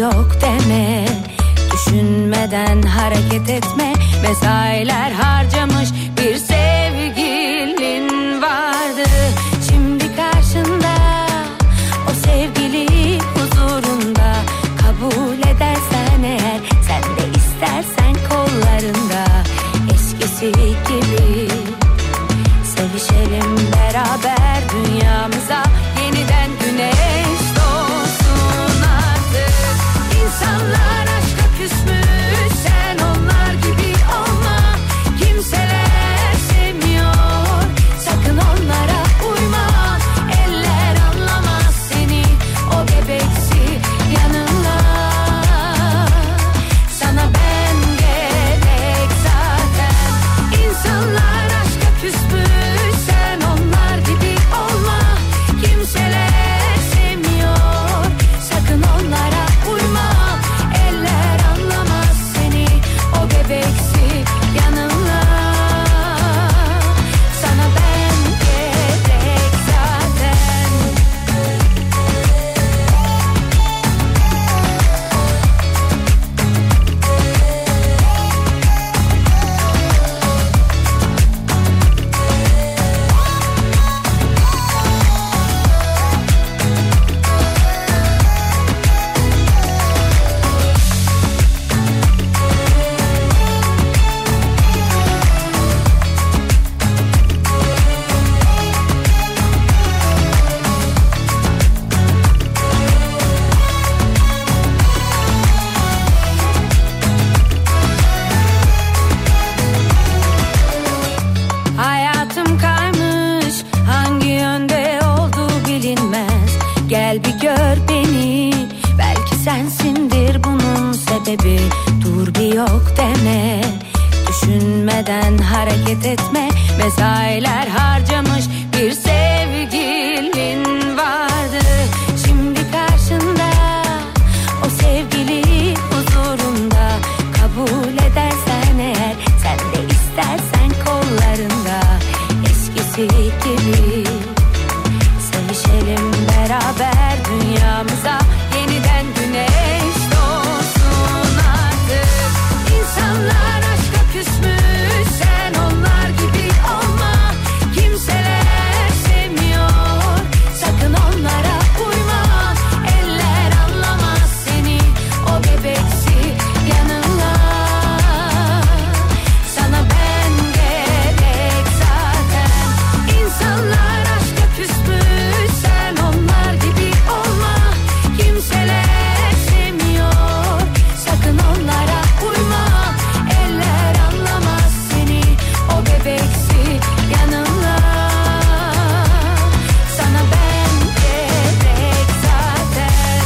yok deme. Düşünmeden hareket etme. Mesailer harcamış bir sevgilin vardı. Şimdi karşında o sevgili huzurunda. Kabul edersen eğer, sen de istersen kollarında. Eskisi gibi sevişelim beraber, dünyamıza yeniden güneş doğsun artık. İnsanlar aşka küsmüş, sen onlar gibi olma. Kimseler sevmiyor, sakın onlara uyma. Eller anlamaz seni, o bebeksi yanında. Sana ben gerek zaten. İnsanlar aşka küsmüş, sen onlar gibi olma. Kimseler sevmiyor, sakın onlara uyma. Eller anlamaz seni, o bebeksi yanında. Sana ben gerek zaten. Hayatım kaymış, hangi yönde olduğu bilinmez. Gel bir gör beni, belki sensindir bunun sebebi. Dur bir yok deme, düşünmeden hareket etme. Mesailer harcamış bir sevgilin vardı. Şimdi karşında o sevgili huzurunda. Kabul edersen eğer, sen de istersen kollarında. Eskisi gibi sevişelim beraber, dünyamıza yeniden güneş doğsun artık. İnsanlar aşka küsmüş, sen onlar gibi olma. Kimseler sevmiyor, sakın onlara uyma. Eller anlamaz seni, o bebeksi yanında. Sana ben gerek zaten. İnsanlar aşka küsmüş, sen onlar gibi olma. Kimseler sevmiyor, sakın onlara uyma. Eller anlamaz seni, o bebeksi yanında. Sana ben gerek zaten.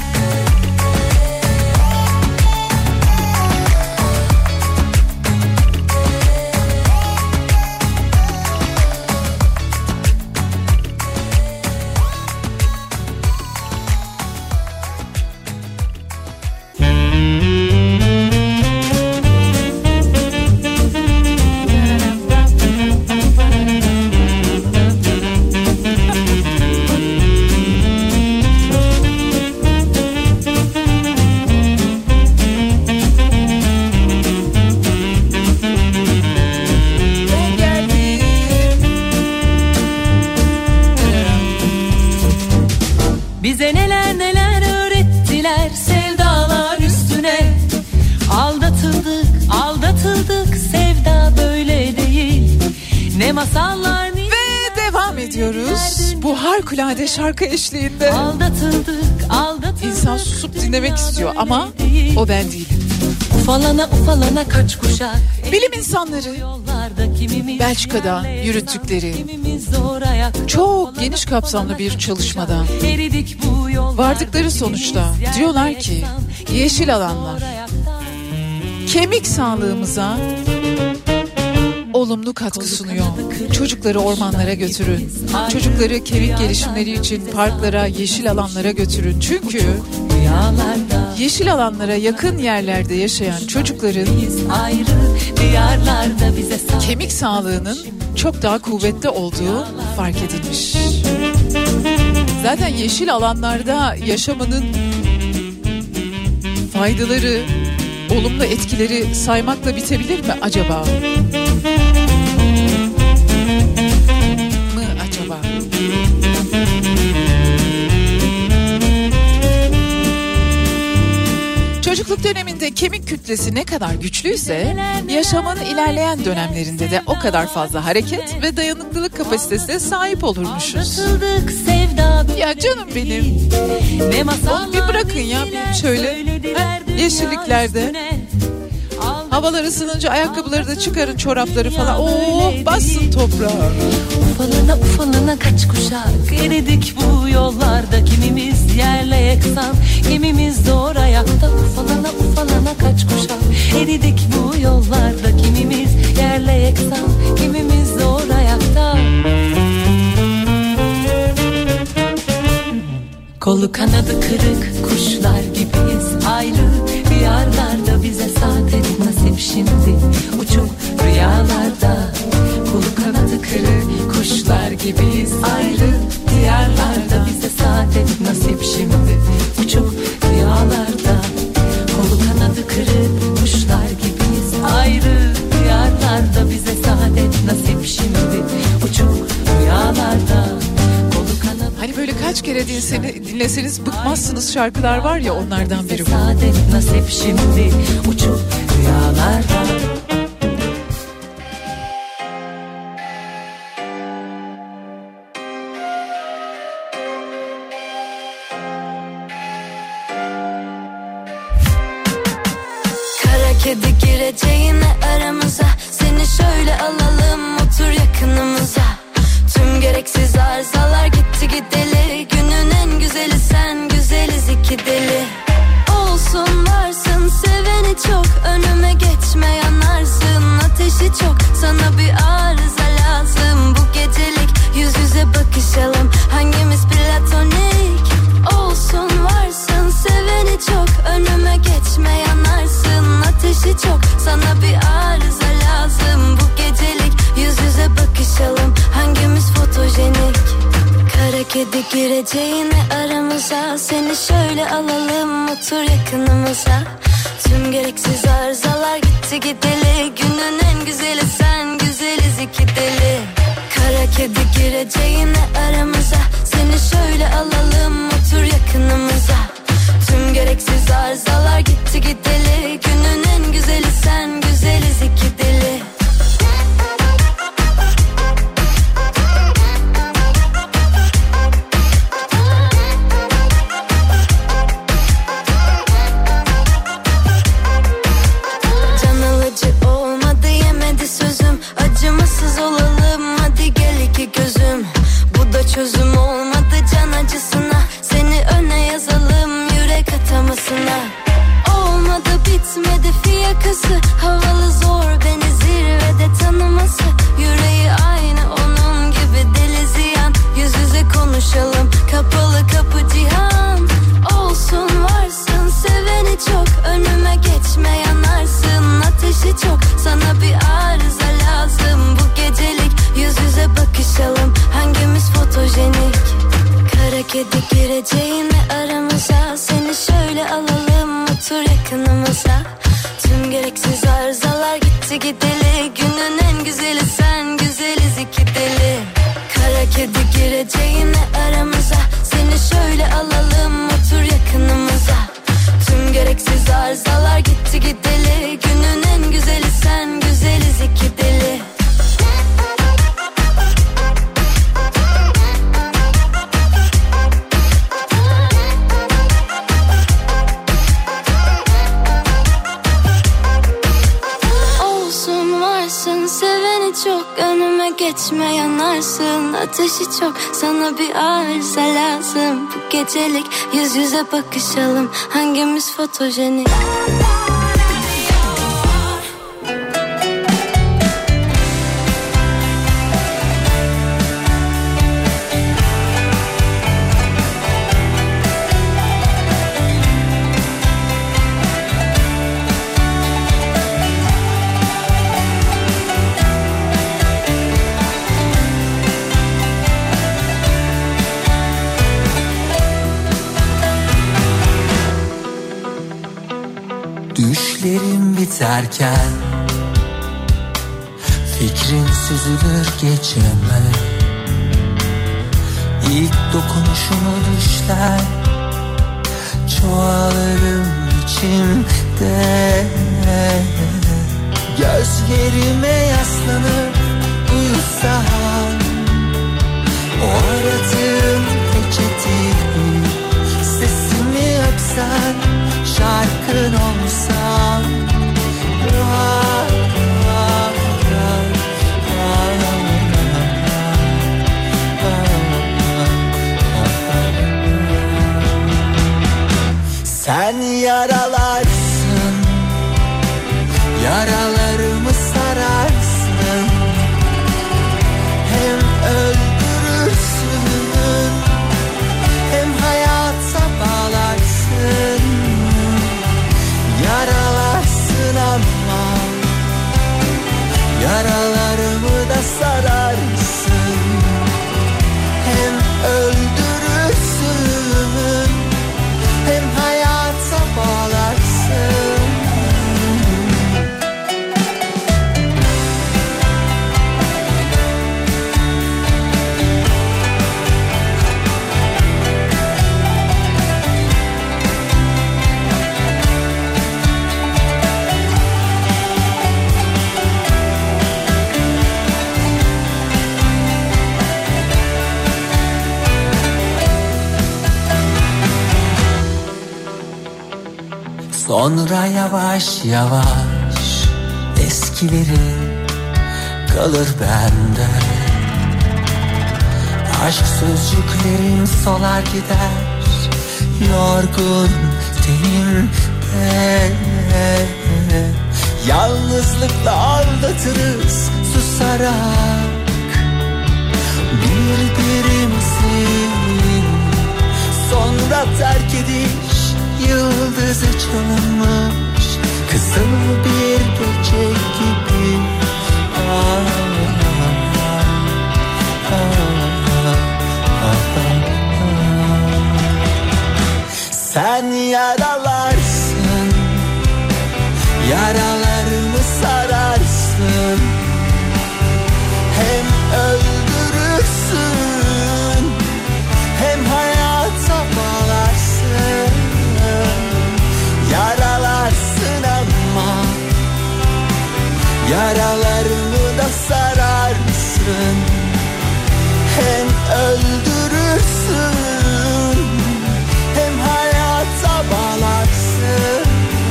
Bize neler neler öğrettiler sevdalar üstüne. Aldatıldık, aldatıldık, sevda böyle değil. Ne masallar ni- Ve devam ediyoruz bu harikulade şarkı eşliğinde. Aldatıldık, aldatıldık. İnsan susup dinlemek istiyor ama o ben değilim. Ufalana ufalana kaç kuşak. Bilim insanları Belçika'da yürüttükleri çok geniş kapsamlı bir çalışmada vardıkları sonuçta diyorlar ki yeşil alanlar kemik sağlığımıza olumlu katkı sunuyor. Çocukları ormanlara götürün. Çocukları kemik gelişimleri için parklara, yeşil alanlara götürün. Çünkü yeşil alanlara yakın yerlerde yaşayan çocukların kemik sağlığının çok daha kuvvetli olduğu fark edilmiş. Zaten yeşil alanlarda yaşamanın faydaları, olumlu etkileri saymakla bitebilir mi acaba? Mı acaba? Çocukluk döneminde kemik kütlesi ne kadar güçlüyse yaşamın ilerleyen dönemlerinde de o kadar fazla hareket ve dayanıklılık kapasitesine sahip olurmuşuz. Ya canım benim. Oğlum bir bırakın ya bir şöyle ha, yeşilliklerde. Havalar ısınınca ayakkabıları da çıkarın, çorapları falan. Oo, bassın toprağa. Ufalana ufalana kaç kuşak eridik bu yollarda. Kimimiz yerle yeksan, kimimiz zor ayakta. Ufalana ufalana kaç kuşak eridik bu yollarda. Kimimiz yerle yeksan, kimimiz zor ayakta. Kolu kanadı kırık kuşlar gibiyiz, ayrı diyarlarda. Bize saadet nasip şimdi, uçup rüyalarda. Kolu kanadı kırık kuşlar gibiyiz, ayrı diyarlarda. Bize saadet nasip şimdi, uçup rüyalarda. Kolu kanadı kırık kuşlar gibiyiz, ayrı diyarlarda. Bize saadet nasip şimdi, uçup rüyalarda. Hani böyle kaç kere dinleseniz, dinleseniz bıkmazsınız şarkılar var ya, onlardan biri bu. Saadet nasip şimdi, uçup rüyalarda. Kara kedi gireceğine aramıza, seni şöyle alalım otur yakınımıza. Tüm gereksiz arızalar gitti gideli, günün en güzeli sen, güzeliz iki deli. Olsun varsın seveni çok, önüme geçme yanarsın, ateşi çok. Sana bir arıza lazım bu gecelik, yüz yüze bakışalım, hangimiz platonik. Olsun varsın seveni çok, önüme geçme yanarsın, ateşi çok. Sana bir arıza lazım bu gecelik, yüz yüze bakışalım, hangimiz fotojenik. Kara kedi gireceğine aramıza, seni şöyle alalım otur yakınımıza. Tüm gereksiz arızalar gitti gideli, günün en güzeli sen, güzeliz iki deli. Kara kedi gireceğine aramıza, seni şöyle alalım otur yakınımıza. Tüm gereksiz arızalar gitti gideli, günün en güzeli sen, güzeliz iki deli. Can alıcı olmadı yemedi sözüm, acımasız olalım hadi gel iki gözüm. Bu da çözüm olmadı can acısına, seni öne yazalım yürek atamasına. Olmadı bitmedi fiyakası, havalı zor beni zirvede tanıması. Yüreği aynı onun gibi deli ziyan, yüz yüze konuşalım kapalı kapı cihan. Olsun varsın seveni çok, önüme geçme yanarsın, ateşi çok. Sana bir arıza lazım bu gecelik, yüz yüze bakışalım, hangimiz fotojenik. Kara kedi gireceğine aramıza, seni şöyle alalım otur yakınımıza. Tüm gereksiz arızalar gitti gideli, günün en güzeli sen, güzeliz iki deli. Kara kedi gireceğine aramıza, seni şöyle alalım otur yakınımıza. Tüm gereksiz arızalar gitti gideli, günün en güzeli sen, güzeliz iki deli. Olsun varsın seveni çok, önüme geçme yanarsın, ateşi çok. Sana bir arıza lazım bu gecelik, yüz yüze bakışalım, hangimiz fotojenik. biterken fikrin süzülür geceme. İlk dokunuşunu düşler, çoğalırım içimde. Gözlerime yaslanıp uyusam, o aradığım peçeti sesimi öpsen, şarkın olsam. Ah, ah, ah, sen yaralarsın, yaralarımı sararsın, hem öldürürsün, hem hayata bağlarsın. Yaralarsın ama yaralarımı da sararsın, hem öldürürsün, hem hayata bağlarsın. Sonra yavaş yavaş eskileri kalır bende. Aşk sözcüklerim solar gider, yorgun tenimde. Yalnızlıkla aldatırız susarak birbirimizi. Sonra terk ediş yıldızı çalınmış kızıl bir gece gibi. Ah, ah, ah, ah, ah. Sen yaralarsın, yaralarımı sararsın, hem öldürürsün, hem hayata bağlarsın. Yaralarsın ama yaralarımı da sararsın, hem öldürürsün, hem hayata bağlarsın.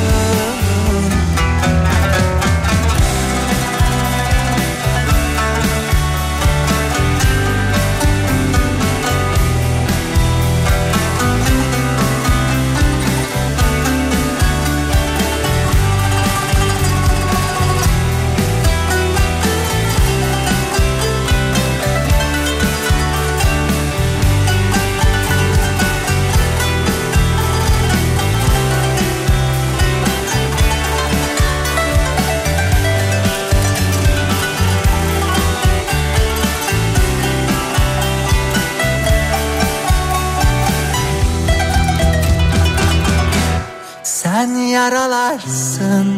Sen yaralarsın,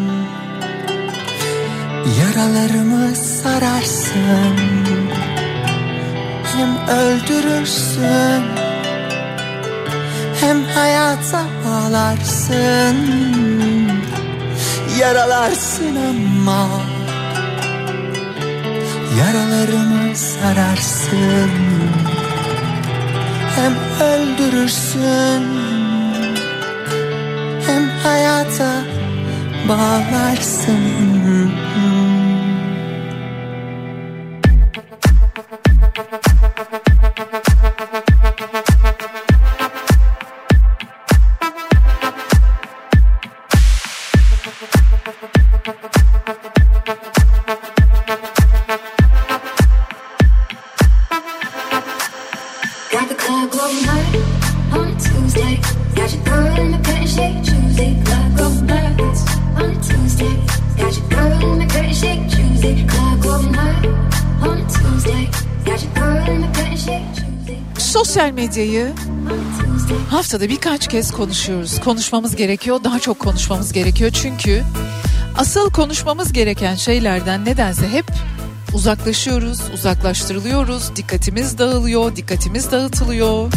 yaralarımı sararsın, hem öldürürsün, hem hayata bağlarsın. Yaralarsın ama yaralarımı sararsın, hem öldürürsün, hem hayata bağlarsın. Got the club going hard on a Tuesday. Got your girl in the pretty shake Tuesday. Club going hard on a Tuesday. Got your girl in the pretty shake Tuesday. Club going hard on a Tuesday. Got your girl in the pretty shake Tuesday. Sosyal medyayı haftada birkaç kez konuşuyoruz. Konuşmamız gerekiyor, daha çok konuşmamız gerekiyor. Çünkü Asıl konuşmamız gereken şeylerden nedense hep uzaklaşıyoruz, uzaklaştırılıyoruz, dikkatimiz dağılıyor, dikkatimiz dağıtılıyor.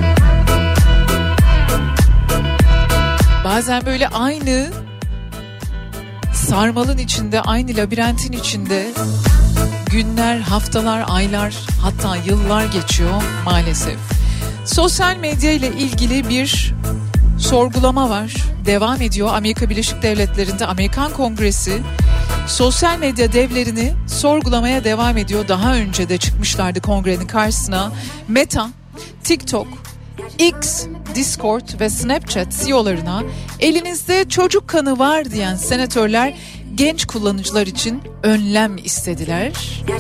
Bazen böyle aynı sarmalın içinde, aynı labirentin içinde günler, haftalar, aylar, hatta yıllar geçiyor maalesef. Sosyal medya ile ilgili bir sorgulama var. Devam ediyor. Amerika Birleşik Devletleri'nde Amerikan Kongresi sosyal medya devlerini sorgulamaya devam ediyor. Daha önce de çıkmışlardı kongrenin karşısına. Meta, TikTok, X, Discord ve Snapchat C E O'larına elinizde çocuk kanı var diyen senatörler genç kullanıcılar için önlem istediler.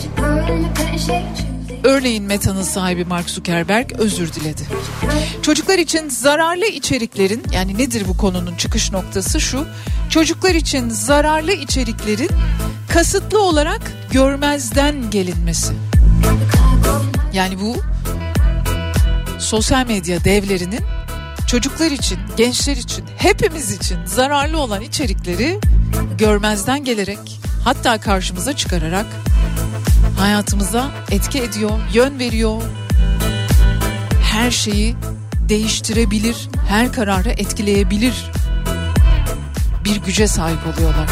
Örneğin Meta'nın sahibi Mark Zuckerberg özür diledi. Çocuklar için zararlı içeriklerin, yani nedir bu konunun çıkış noktası şu: çocuklar için zararlı içeriklerin kasıtlı olarak görmezden gelinmesi. Yani bu sosyal medya devlerinin çocuklar için, gençler için, hepimiz için zararlı olan içerikleri görmezden gelerek, hatta karşımıza çıkararak hayatımıza etki ediyor, yön veriyor. Her şeyi değiştirebilir, her kararı etkileyebilir bir güce sahip oluyorlar.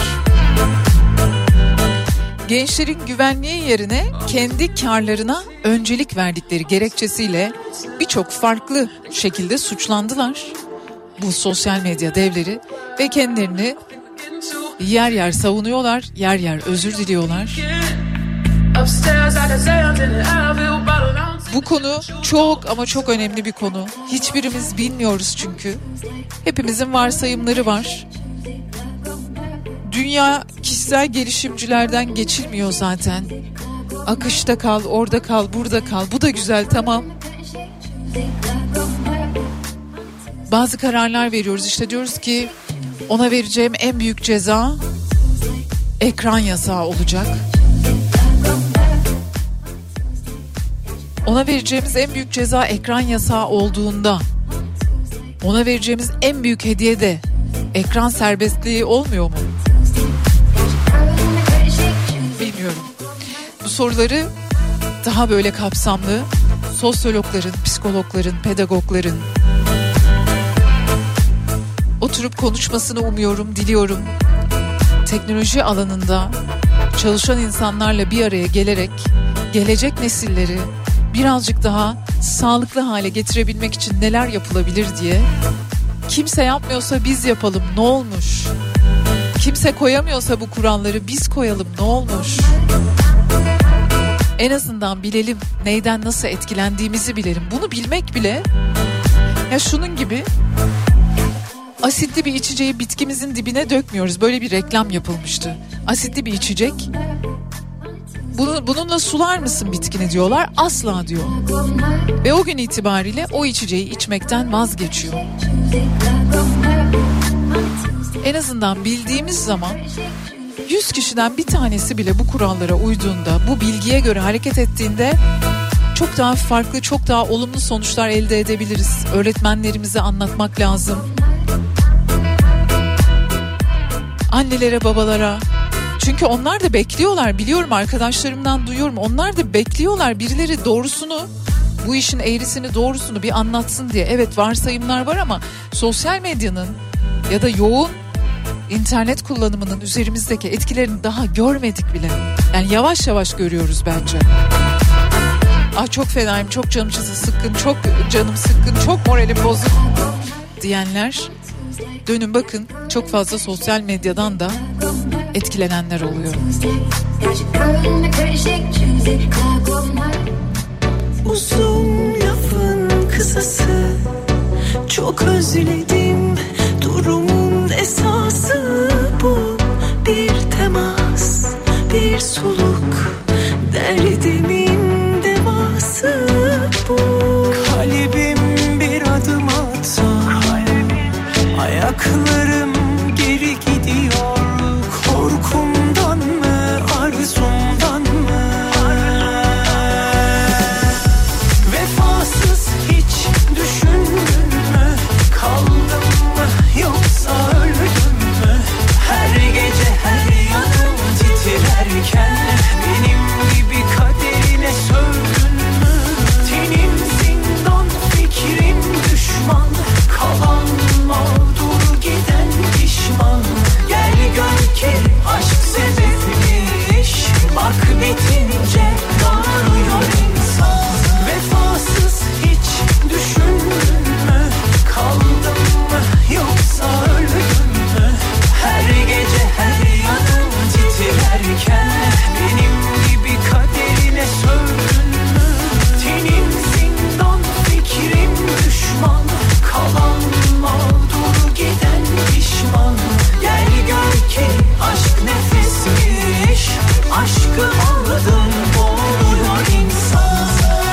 Gençlerin güvenliği yerine kendi karlarına öncelik verdikleri gerekçesiyle birçok farklı şekilde suçlandılar bu sosyal medya devleri ve kendilerini yer yer savunuyorlar, yer yer özür diliyorlar. Bu konu çok ama çok önemli bir konu. Hiçbirimiz bilmiyoruz çünkü. Hepimizin varsayımları var. Dünya kişisel gelişimcilerden geçilmiyor zaten. Akışta kal, orada kal, burada kal. Bu da güzel, tamam. Bazı kararlar veriyoruz. İşte diyoruz ki ona vereceğim en büyük ceza ekran yasağı olacak. Ona vereceğimiz en büyük ceza ekran yasağı olduğunda ona vereceğimiz en büyük hediye de ekran serbestliği olmuyor mu? Bilmiyorum. Bu soruları daha böyle kapsamlı sosyologların, psikologların, pedagogların oturup konuşmasını umuyorum, diliyorum. Teknoloji alanında çalışan insanlarla bir araya gelerek gelecek nesilleri birazcık daha sağlıklı hale getirebilmek için neler yapılabilir diye. Kimse yapmıyorsa biz yapalım, ne olmuş? Kimse koyamıyorsa bu kuralları biz koyalım, ne olmuş? En azından bilelim, neyden nasıl etkilendiğimizi bilelim. Bunu bilmek bile, ya şunun gibi, asitli bir içeceği bitkimizin dibine dökmüyoruz. Böyle bir reklam yapılmıştı. Asitli bir içecek, Bunu, bununla sular mısın bitkini diyorlar. Asla diyor. Ve o gün itibariyle o içeceği içmekten vazgeçiyor. En azından bildiğimiz zaman yüz kişiden bir tanesi bile bu kurallara uyduğunda, bu bilgiye göre hareket ettiğinde çok daha farklı, çok daha olumlu sonuçlar elde edebiliriz. Öğretmenlerimize anlatmak lazım. Annelere, babalara. Çünkü onlar da bekliyorlar, biliyorum, arkadaşlarımdan duyuyorum. Onlar da bekliyorlar birileri doğrusunu, bu işin eğrisini, doğrusunu bir anlatsın diye. Evet, varsayımlar var ama sosyal medyanın ya da yoğun internet kullanımının üzerimizdeki etkilerini daha görmedik bile. Yani yavaş yavaş görüyoruz bence. Ah çok fenayım, çok canım sıkkın, çok canım sıkkın, çok moralim bozuk diyenler, dönün bakın, çok fazla sosyal medyadan da etkilenenler oluyor. Uzun lafın kısası, çok özledim durumun esası bu. Bir temas, bir soluk, derdimin devası bu. Kalbim bir adım atsa, ayaklarım geri gidiyor. Korkumdan mı, arzumdan mı? Vefasız hiç düşündün mü? Kaldım mı yoksa öldüm mü? Her gece her titrirken benim gibi kaderine sövdün mü? Tenim zindan, fikrim düşman, kalan mağdur giden pişman. Gel gör ki aşk nefesmiş, aşkı anladım boğuluyor insan.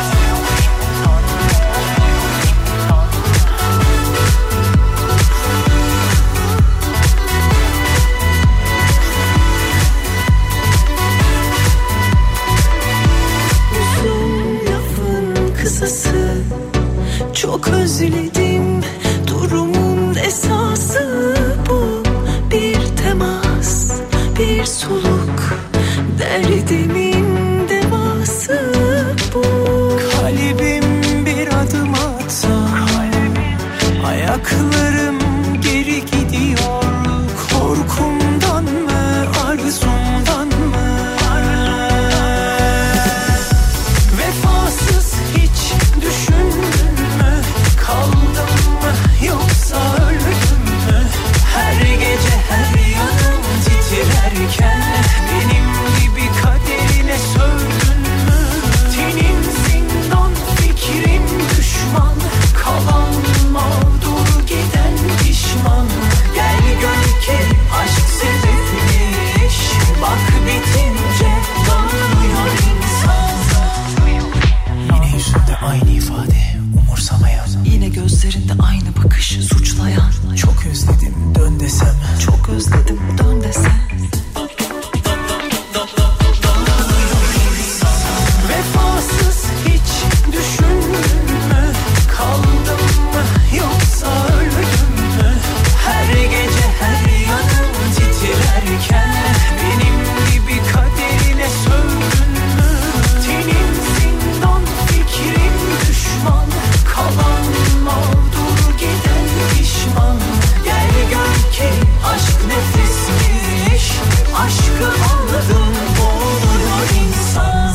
Çok özledim, durumun esası bu. Bir temas, bir soluk, derdimin devası bu. Kalbim bir adım atsa, ayaklarım geri gidiyor. Korkumdan mı, arzumdan mı? Vefasız hiç düşündün mü? Kaldım mı yoksa öldüm mü? Her gece her yanım titrerken benim gibi kaderine sövdün mü? Tenim zindan, fikrim düşman, kalan mağdur giden pişman. Gel gör ki aşk sebepmiş, bak bitince dağılıyor insan. Yine yüzünde aynı ifade, umursamayan. Yine gözlerinde aynı bakış, suçlayan. Çok özledim, dön desem. Çok özledim, dön desem. Vefasız hiç düşündün mü? Kaldım mı yoksa öldüm mü? Her gece her yanım titrerken benim gibi kaderine sövdün mü? Tenim zindan, fikrim düşman, kalan mağdur giden pişman. Gel gör ki aşk nefesmiş, aşkı anladım boğuluyor insan.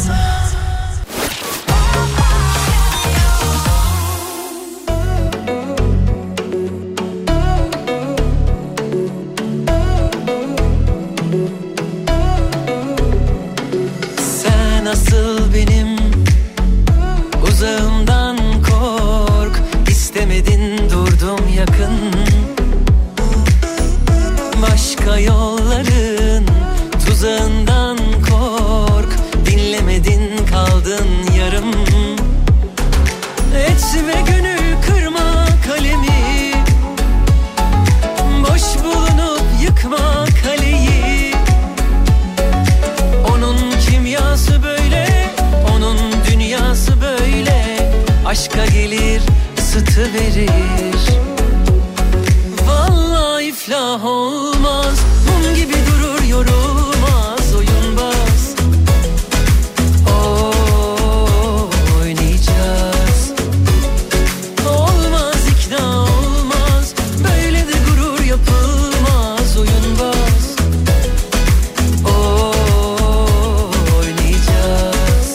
Sen asıl benim uzağımdan kork, istemedin durdum yakın. Başka yolların tuzağından kork, dinlemedin kaldın yarım. Etme gönül kırma kalemi, boş bulunup yıkma kaleyi. Onun kimyası böyle, onun dünyası böyle. Aşka gelir ısıtıverir. Vallahi iflah olmaz, mum gibi durur yorulmaz oyunbaz. Oo, oynayacağız. Olmaz ikna olmaz, böyle de gurur yapılmaz oyunbaz. Oo, oynayacağız.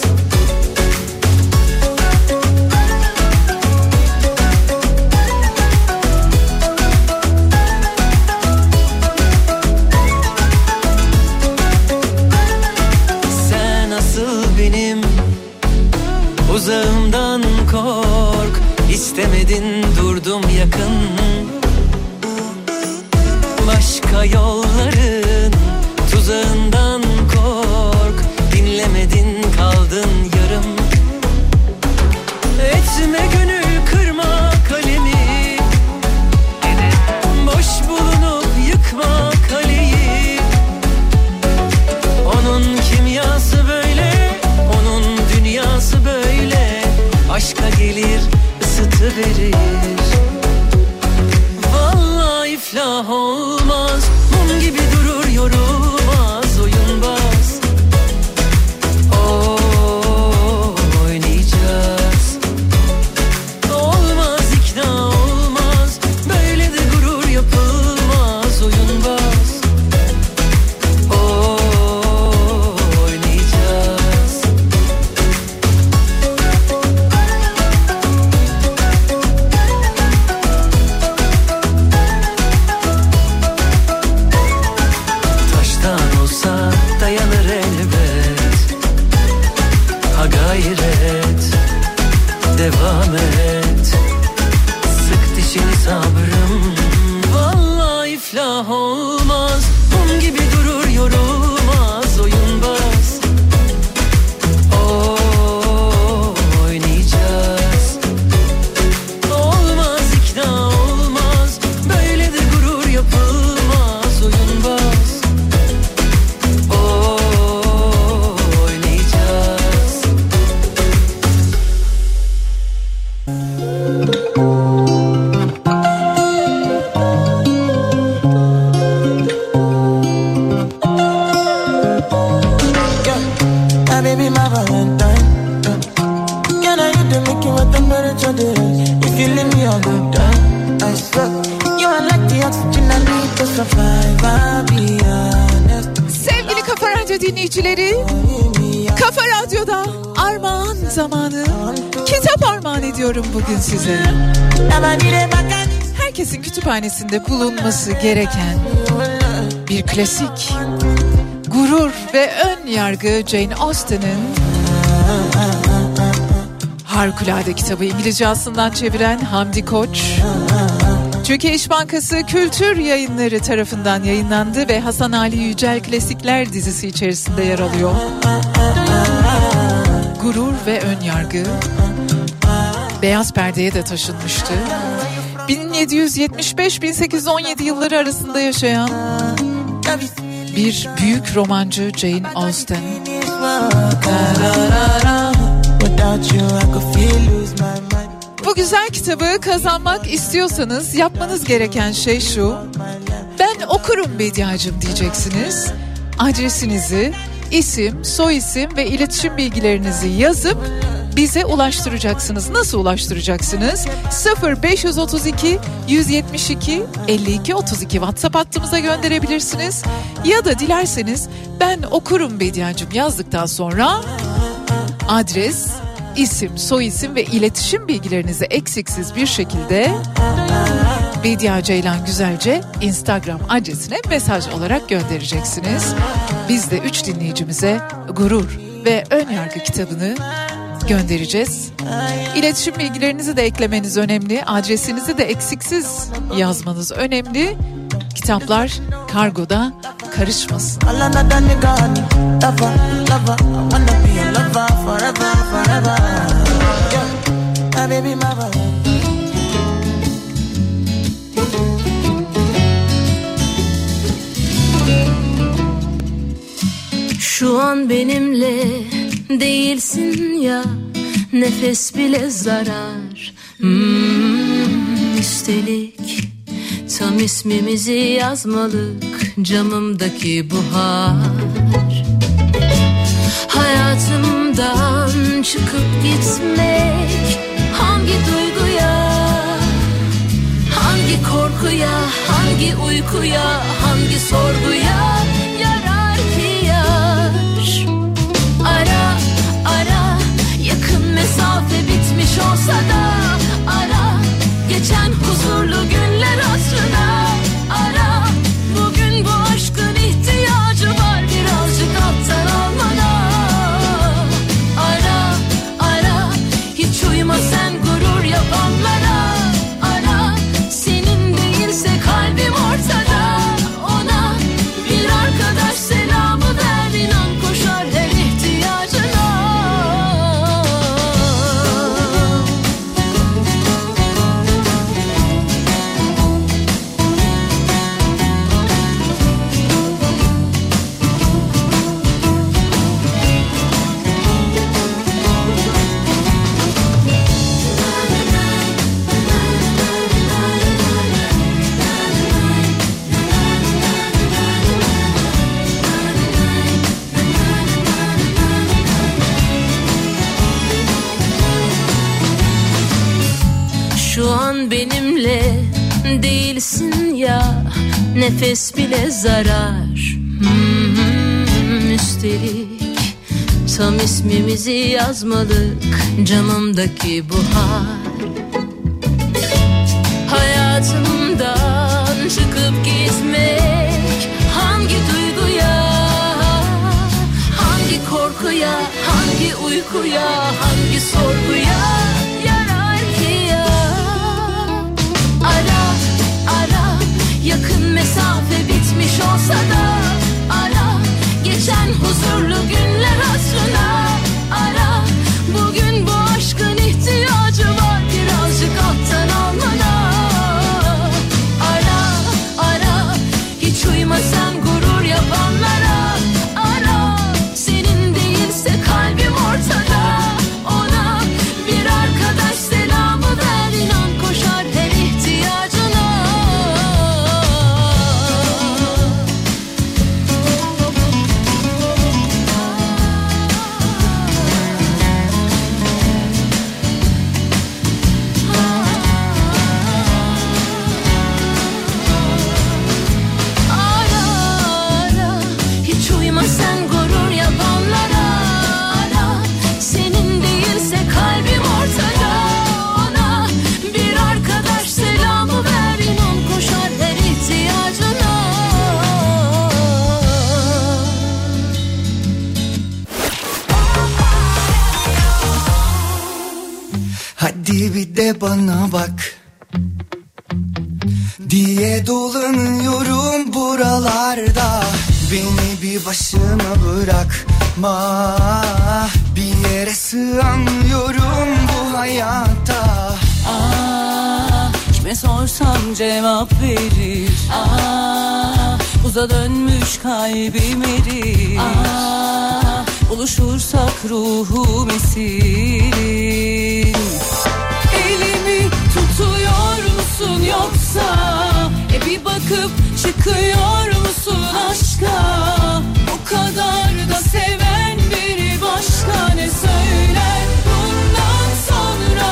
Sen asıl benim uzağımdan kork, istemedin durdum yakın. Başka yolların tuzağından kork, dinlemedin kaldın yarım. Etme gönül kırma kalemi, boş bulunup yıkma kaleyi. Onun kimyası böyle, onun dünyası böyle. Aşka gelir ısıtıverir. Vallahi iflah olmaz, mum gibi durur yorulmaz oyunbaz. Oo, oynayacağız. Olmaz ikna olmaz, böyle de gurur yapılmaz oyunbaz. Oo, oynayacağız. My baby, my Valentine. Can I hit the Mickey with temperature days? If you leave me a good time, I swear. You are like the oxygen I need to survive. I'll be honest. Sevgili Kafa Radyo dinleyicileri, Kafa Radyo'da armağan zamanı. Kitap armağan ediyorum bugün size. Herkesin kütüphanesinde bulunması gereken bir klasik. Gurur ve Ön Yargı, Jane Austen'in harikulade kitabı. İngilizce aslından çeviren Hamdi Koç. Türkiye İş Bankası Kültür Yayınları tarafından yayınlandı ve Hasan Ali Yücel Klasikler dizisi içerisinde yer alıyor. Gurur ve Ön Yargı beyaz perdeye de taşınmıştı. bin yedi yüz yetmiş beş bin sekiz yüz on yedi yılları arasında yaşayan bir büyük romancı Jane Austen. Bu güzel kitabı kazanmak istiyorsanız yapmanız gereken şey şu: ben okurum Bediacığım diyeceksiniz. Adresinizi, isim, soyisim ve iletişim bilgilerinizi yazıp bize ulaştıracaksınız. Nasıl ulaştıracaksınız? sıfır beş otuz iki yüz yetmiş iki elli iki otuz iki WhatsApp hattımıza gönderebilirsiniz. Ya da dilerseniz ben okurum Bediacığım yazdıktan sonra adres, isim, soyisim ve iletişim bilgilerinizi eksiksiz bir şekilde Bedia Ceylan Güzelce Instagram adresine mesaj olarak göndereceksiniz. Biz de üç dinleyicimize Gurur ve Ön Yargı kitabını göndereceğiz. İletişim bilgilerinizi de eklemeniz önemli. Adresinizi de eksiksiz yazmanız önemli. Kitaplar kargoda karışmasın. Şu an benimle değilsin ya, nefes bile zarar. Hmm, üstelik tam ismimizi yazmalık camımdaki buhar. Hayatımdan çıkıp gitmek hangi duyguya, hangi korkuya, hangi uykuya, hangi sorguya yarar ki yar? Ara ara, yakın mesafe bitmiş olsa da ara, geçen huzurlu günler hatırına ara. Bugün bu aşkın ihtiyacı var birazcık alttan almana. Ara ara, hiç uyuma sen gurur yapanlara. Ara, senin değilse kalbim ortada. Ona bir arkadaş selamı ver, inan koşar her ihtiyacına. Şu an benimle değilsin ya, nefes bile zarar. Hmm, üstelik tam ismimizi yazmalık camımdaki buhar. Hayatımdan çıkıp gitmek hangi duyguya, hangi korkuya, hangi uykuya, hangi sorguya yarar ki ya? Ara ara, yakın mesafe bitmiş olsa da ara, geçen huzurlu günler hatırına ara. Bugün bu aşkın ihtiyacı var birazcık alttan almana. Ara ara, hiç uyuma sen gurur yapanlara. Ara, senin değilse kalbim ortada. Ona bir arkadaş selamı ver, inan koşar her ihtiyacına. Hadi bir de bana bak diye dolanıyorum buralarda. Beni bir başıma bırakma, bir yere sığamıyorum bu hayatta. Aa, kime sorsam cevap verir. Aa, uza dönmüş kalbim erir. Aa, buluşursak ruhum esirin. Elimi tutuyor musun yoksa e bir bakıp çıkıyor musun aşka? Bu kadar da seven biri başka ne söyler bundan sonra?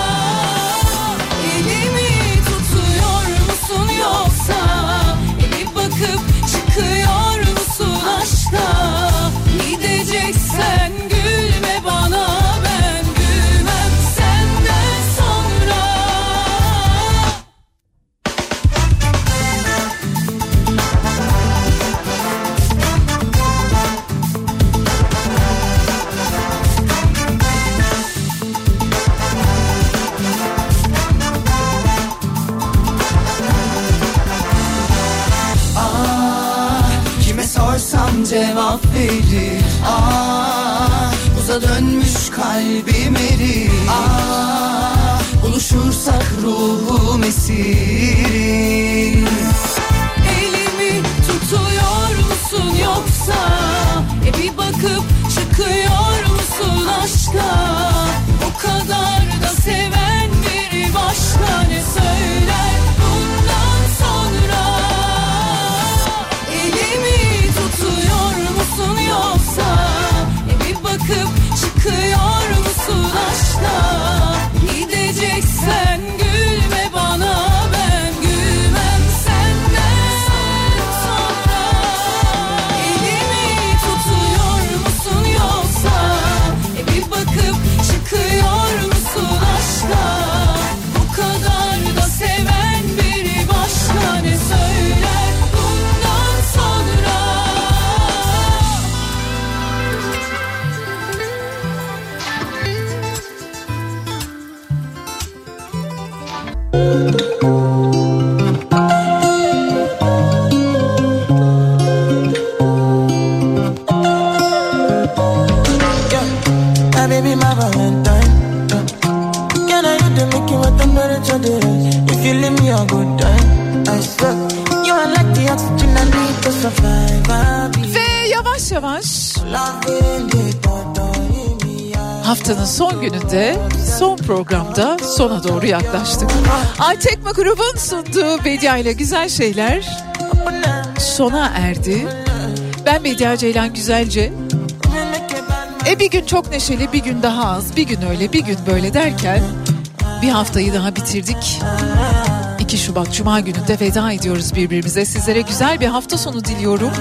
Elimi tutuyor musun yoksa e bir bakıp çıkıyor musun aşka? Gideceksen gülme bana, ben gülmem senden sonra. Sorsam cevap verir. Aa, uza dönmüş kalbim erir. Aa, buluşursak ruhum esirin. Elimi tutuyor musun yoksa e bir bakıp çıkıyor musun aşka? O kadar da seven biri başka ne söyler bundan sonra? Elimi tutuyor musun yoksa e bir bakıp çıkıyor musun aşka? Gideceksen gülme bana, ben gülmem senden sonra. Elimi tutuyor musun yoksa e bir bakıp çıkıyor musun aşka? Bu kadar da seven biri başka ne söyler bundan sonra? My baby, my Valentine. Can I hit the Mickey with the temperature? If you leave me a good time, I swear you are like the oxygen I need to survive. I'll be Ve yavaş yavaş haftanın son gününde, son programda sona doğru yaklaştık. Aytekma grubun sunduğu Bedia ile Güzel Şeyler sona erdi. Ben Bedia Ceylan Güzelce. E bir gün çok neşeli, bir gün daha az, bir gün öyle, bir gün böyle derken bir haftayı daha bitirdik. iki Şubat Cuma gününde veda ediyoruz birbirimize. Sizlere güzel bir hafta sonu diliyorum.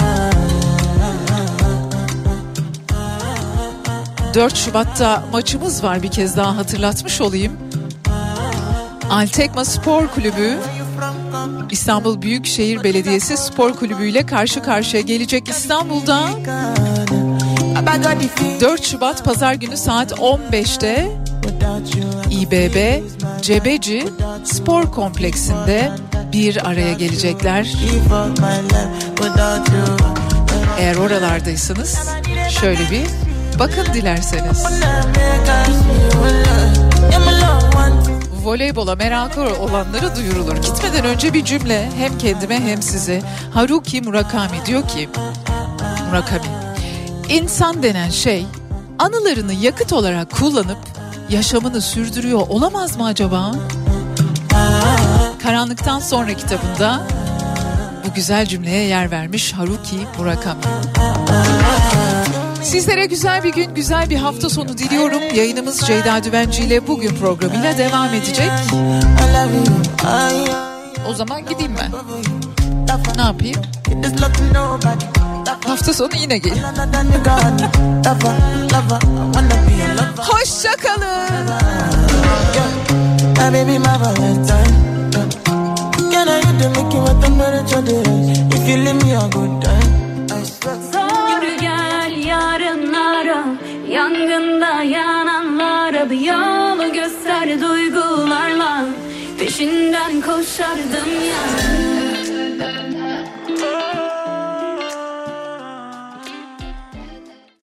dört Şubat'ta maçımız var, bir kez daha hatırlatmış olayım. Altekma Spor Kulübü İstanbul Büyükşehir Belediyesi Spor Kulübü ile karşı karşıya gelecek İstanbul'da. dört Şubat Pazar günü saat on beşte İBB Cebeci Spor Kompleksinde bir araya gelecekler. Eğer oralardaysanız şöyle bir bakın dilerseniz. Voleybola merakı olanları duyurulur. Gitmeden önce bir cümle hem kendime hem size. Haruki Murakami diyor ki, Murakami, İnsan denen şey anılarını yakıt olarak kullanıp yaşamını sürdürüyor olamaz mı acaba? Karanlıktan Sonra kitabında bu güzel cümleye yer vermiş Haruki Murakami. Sizlere güzel bir gün, güzel bir hafta sonu diliyorum. Yayınımız Ceyda Düvenci ile bugün programıyla devam edecek. O zaman gideyim ben. Ne yapayım? Hafta sonu yine gelin. Hoşça kalın. Zor gel yarınlara, yangında yananlara bir yol göster. duygularla peşinden koşardım ya.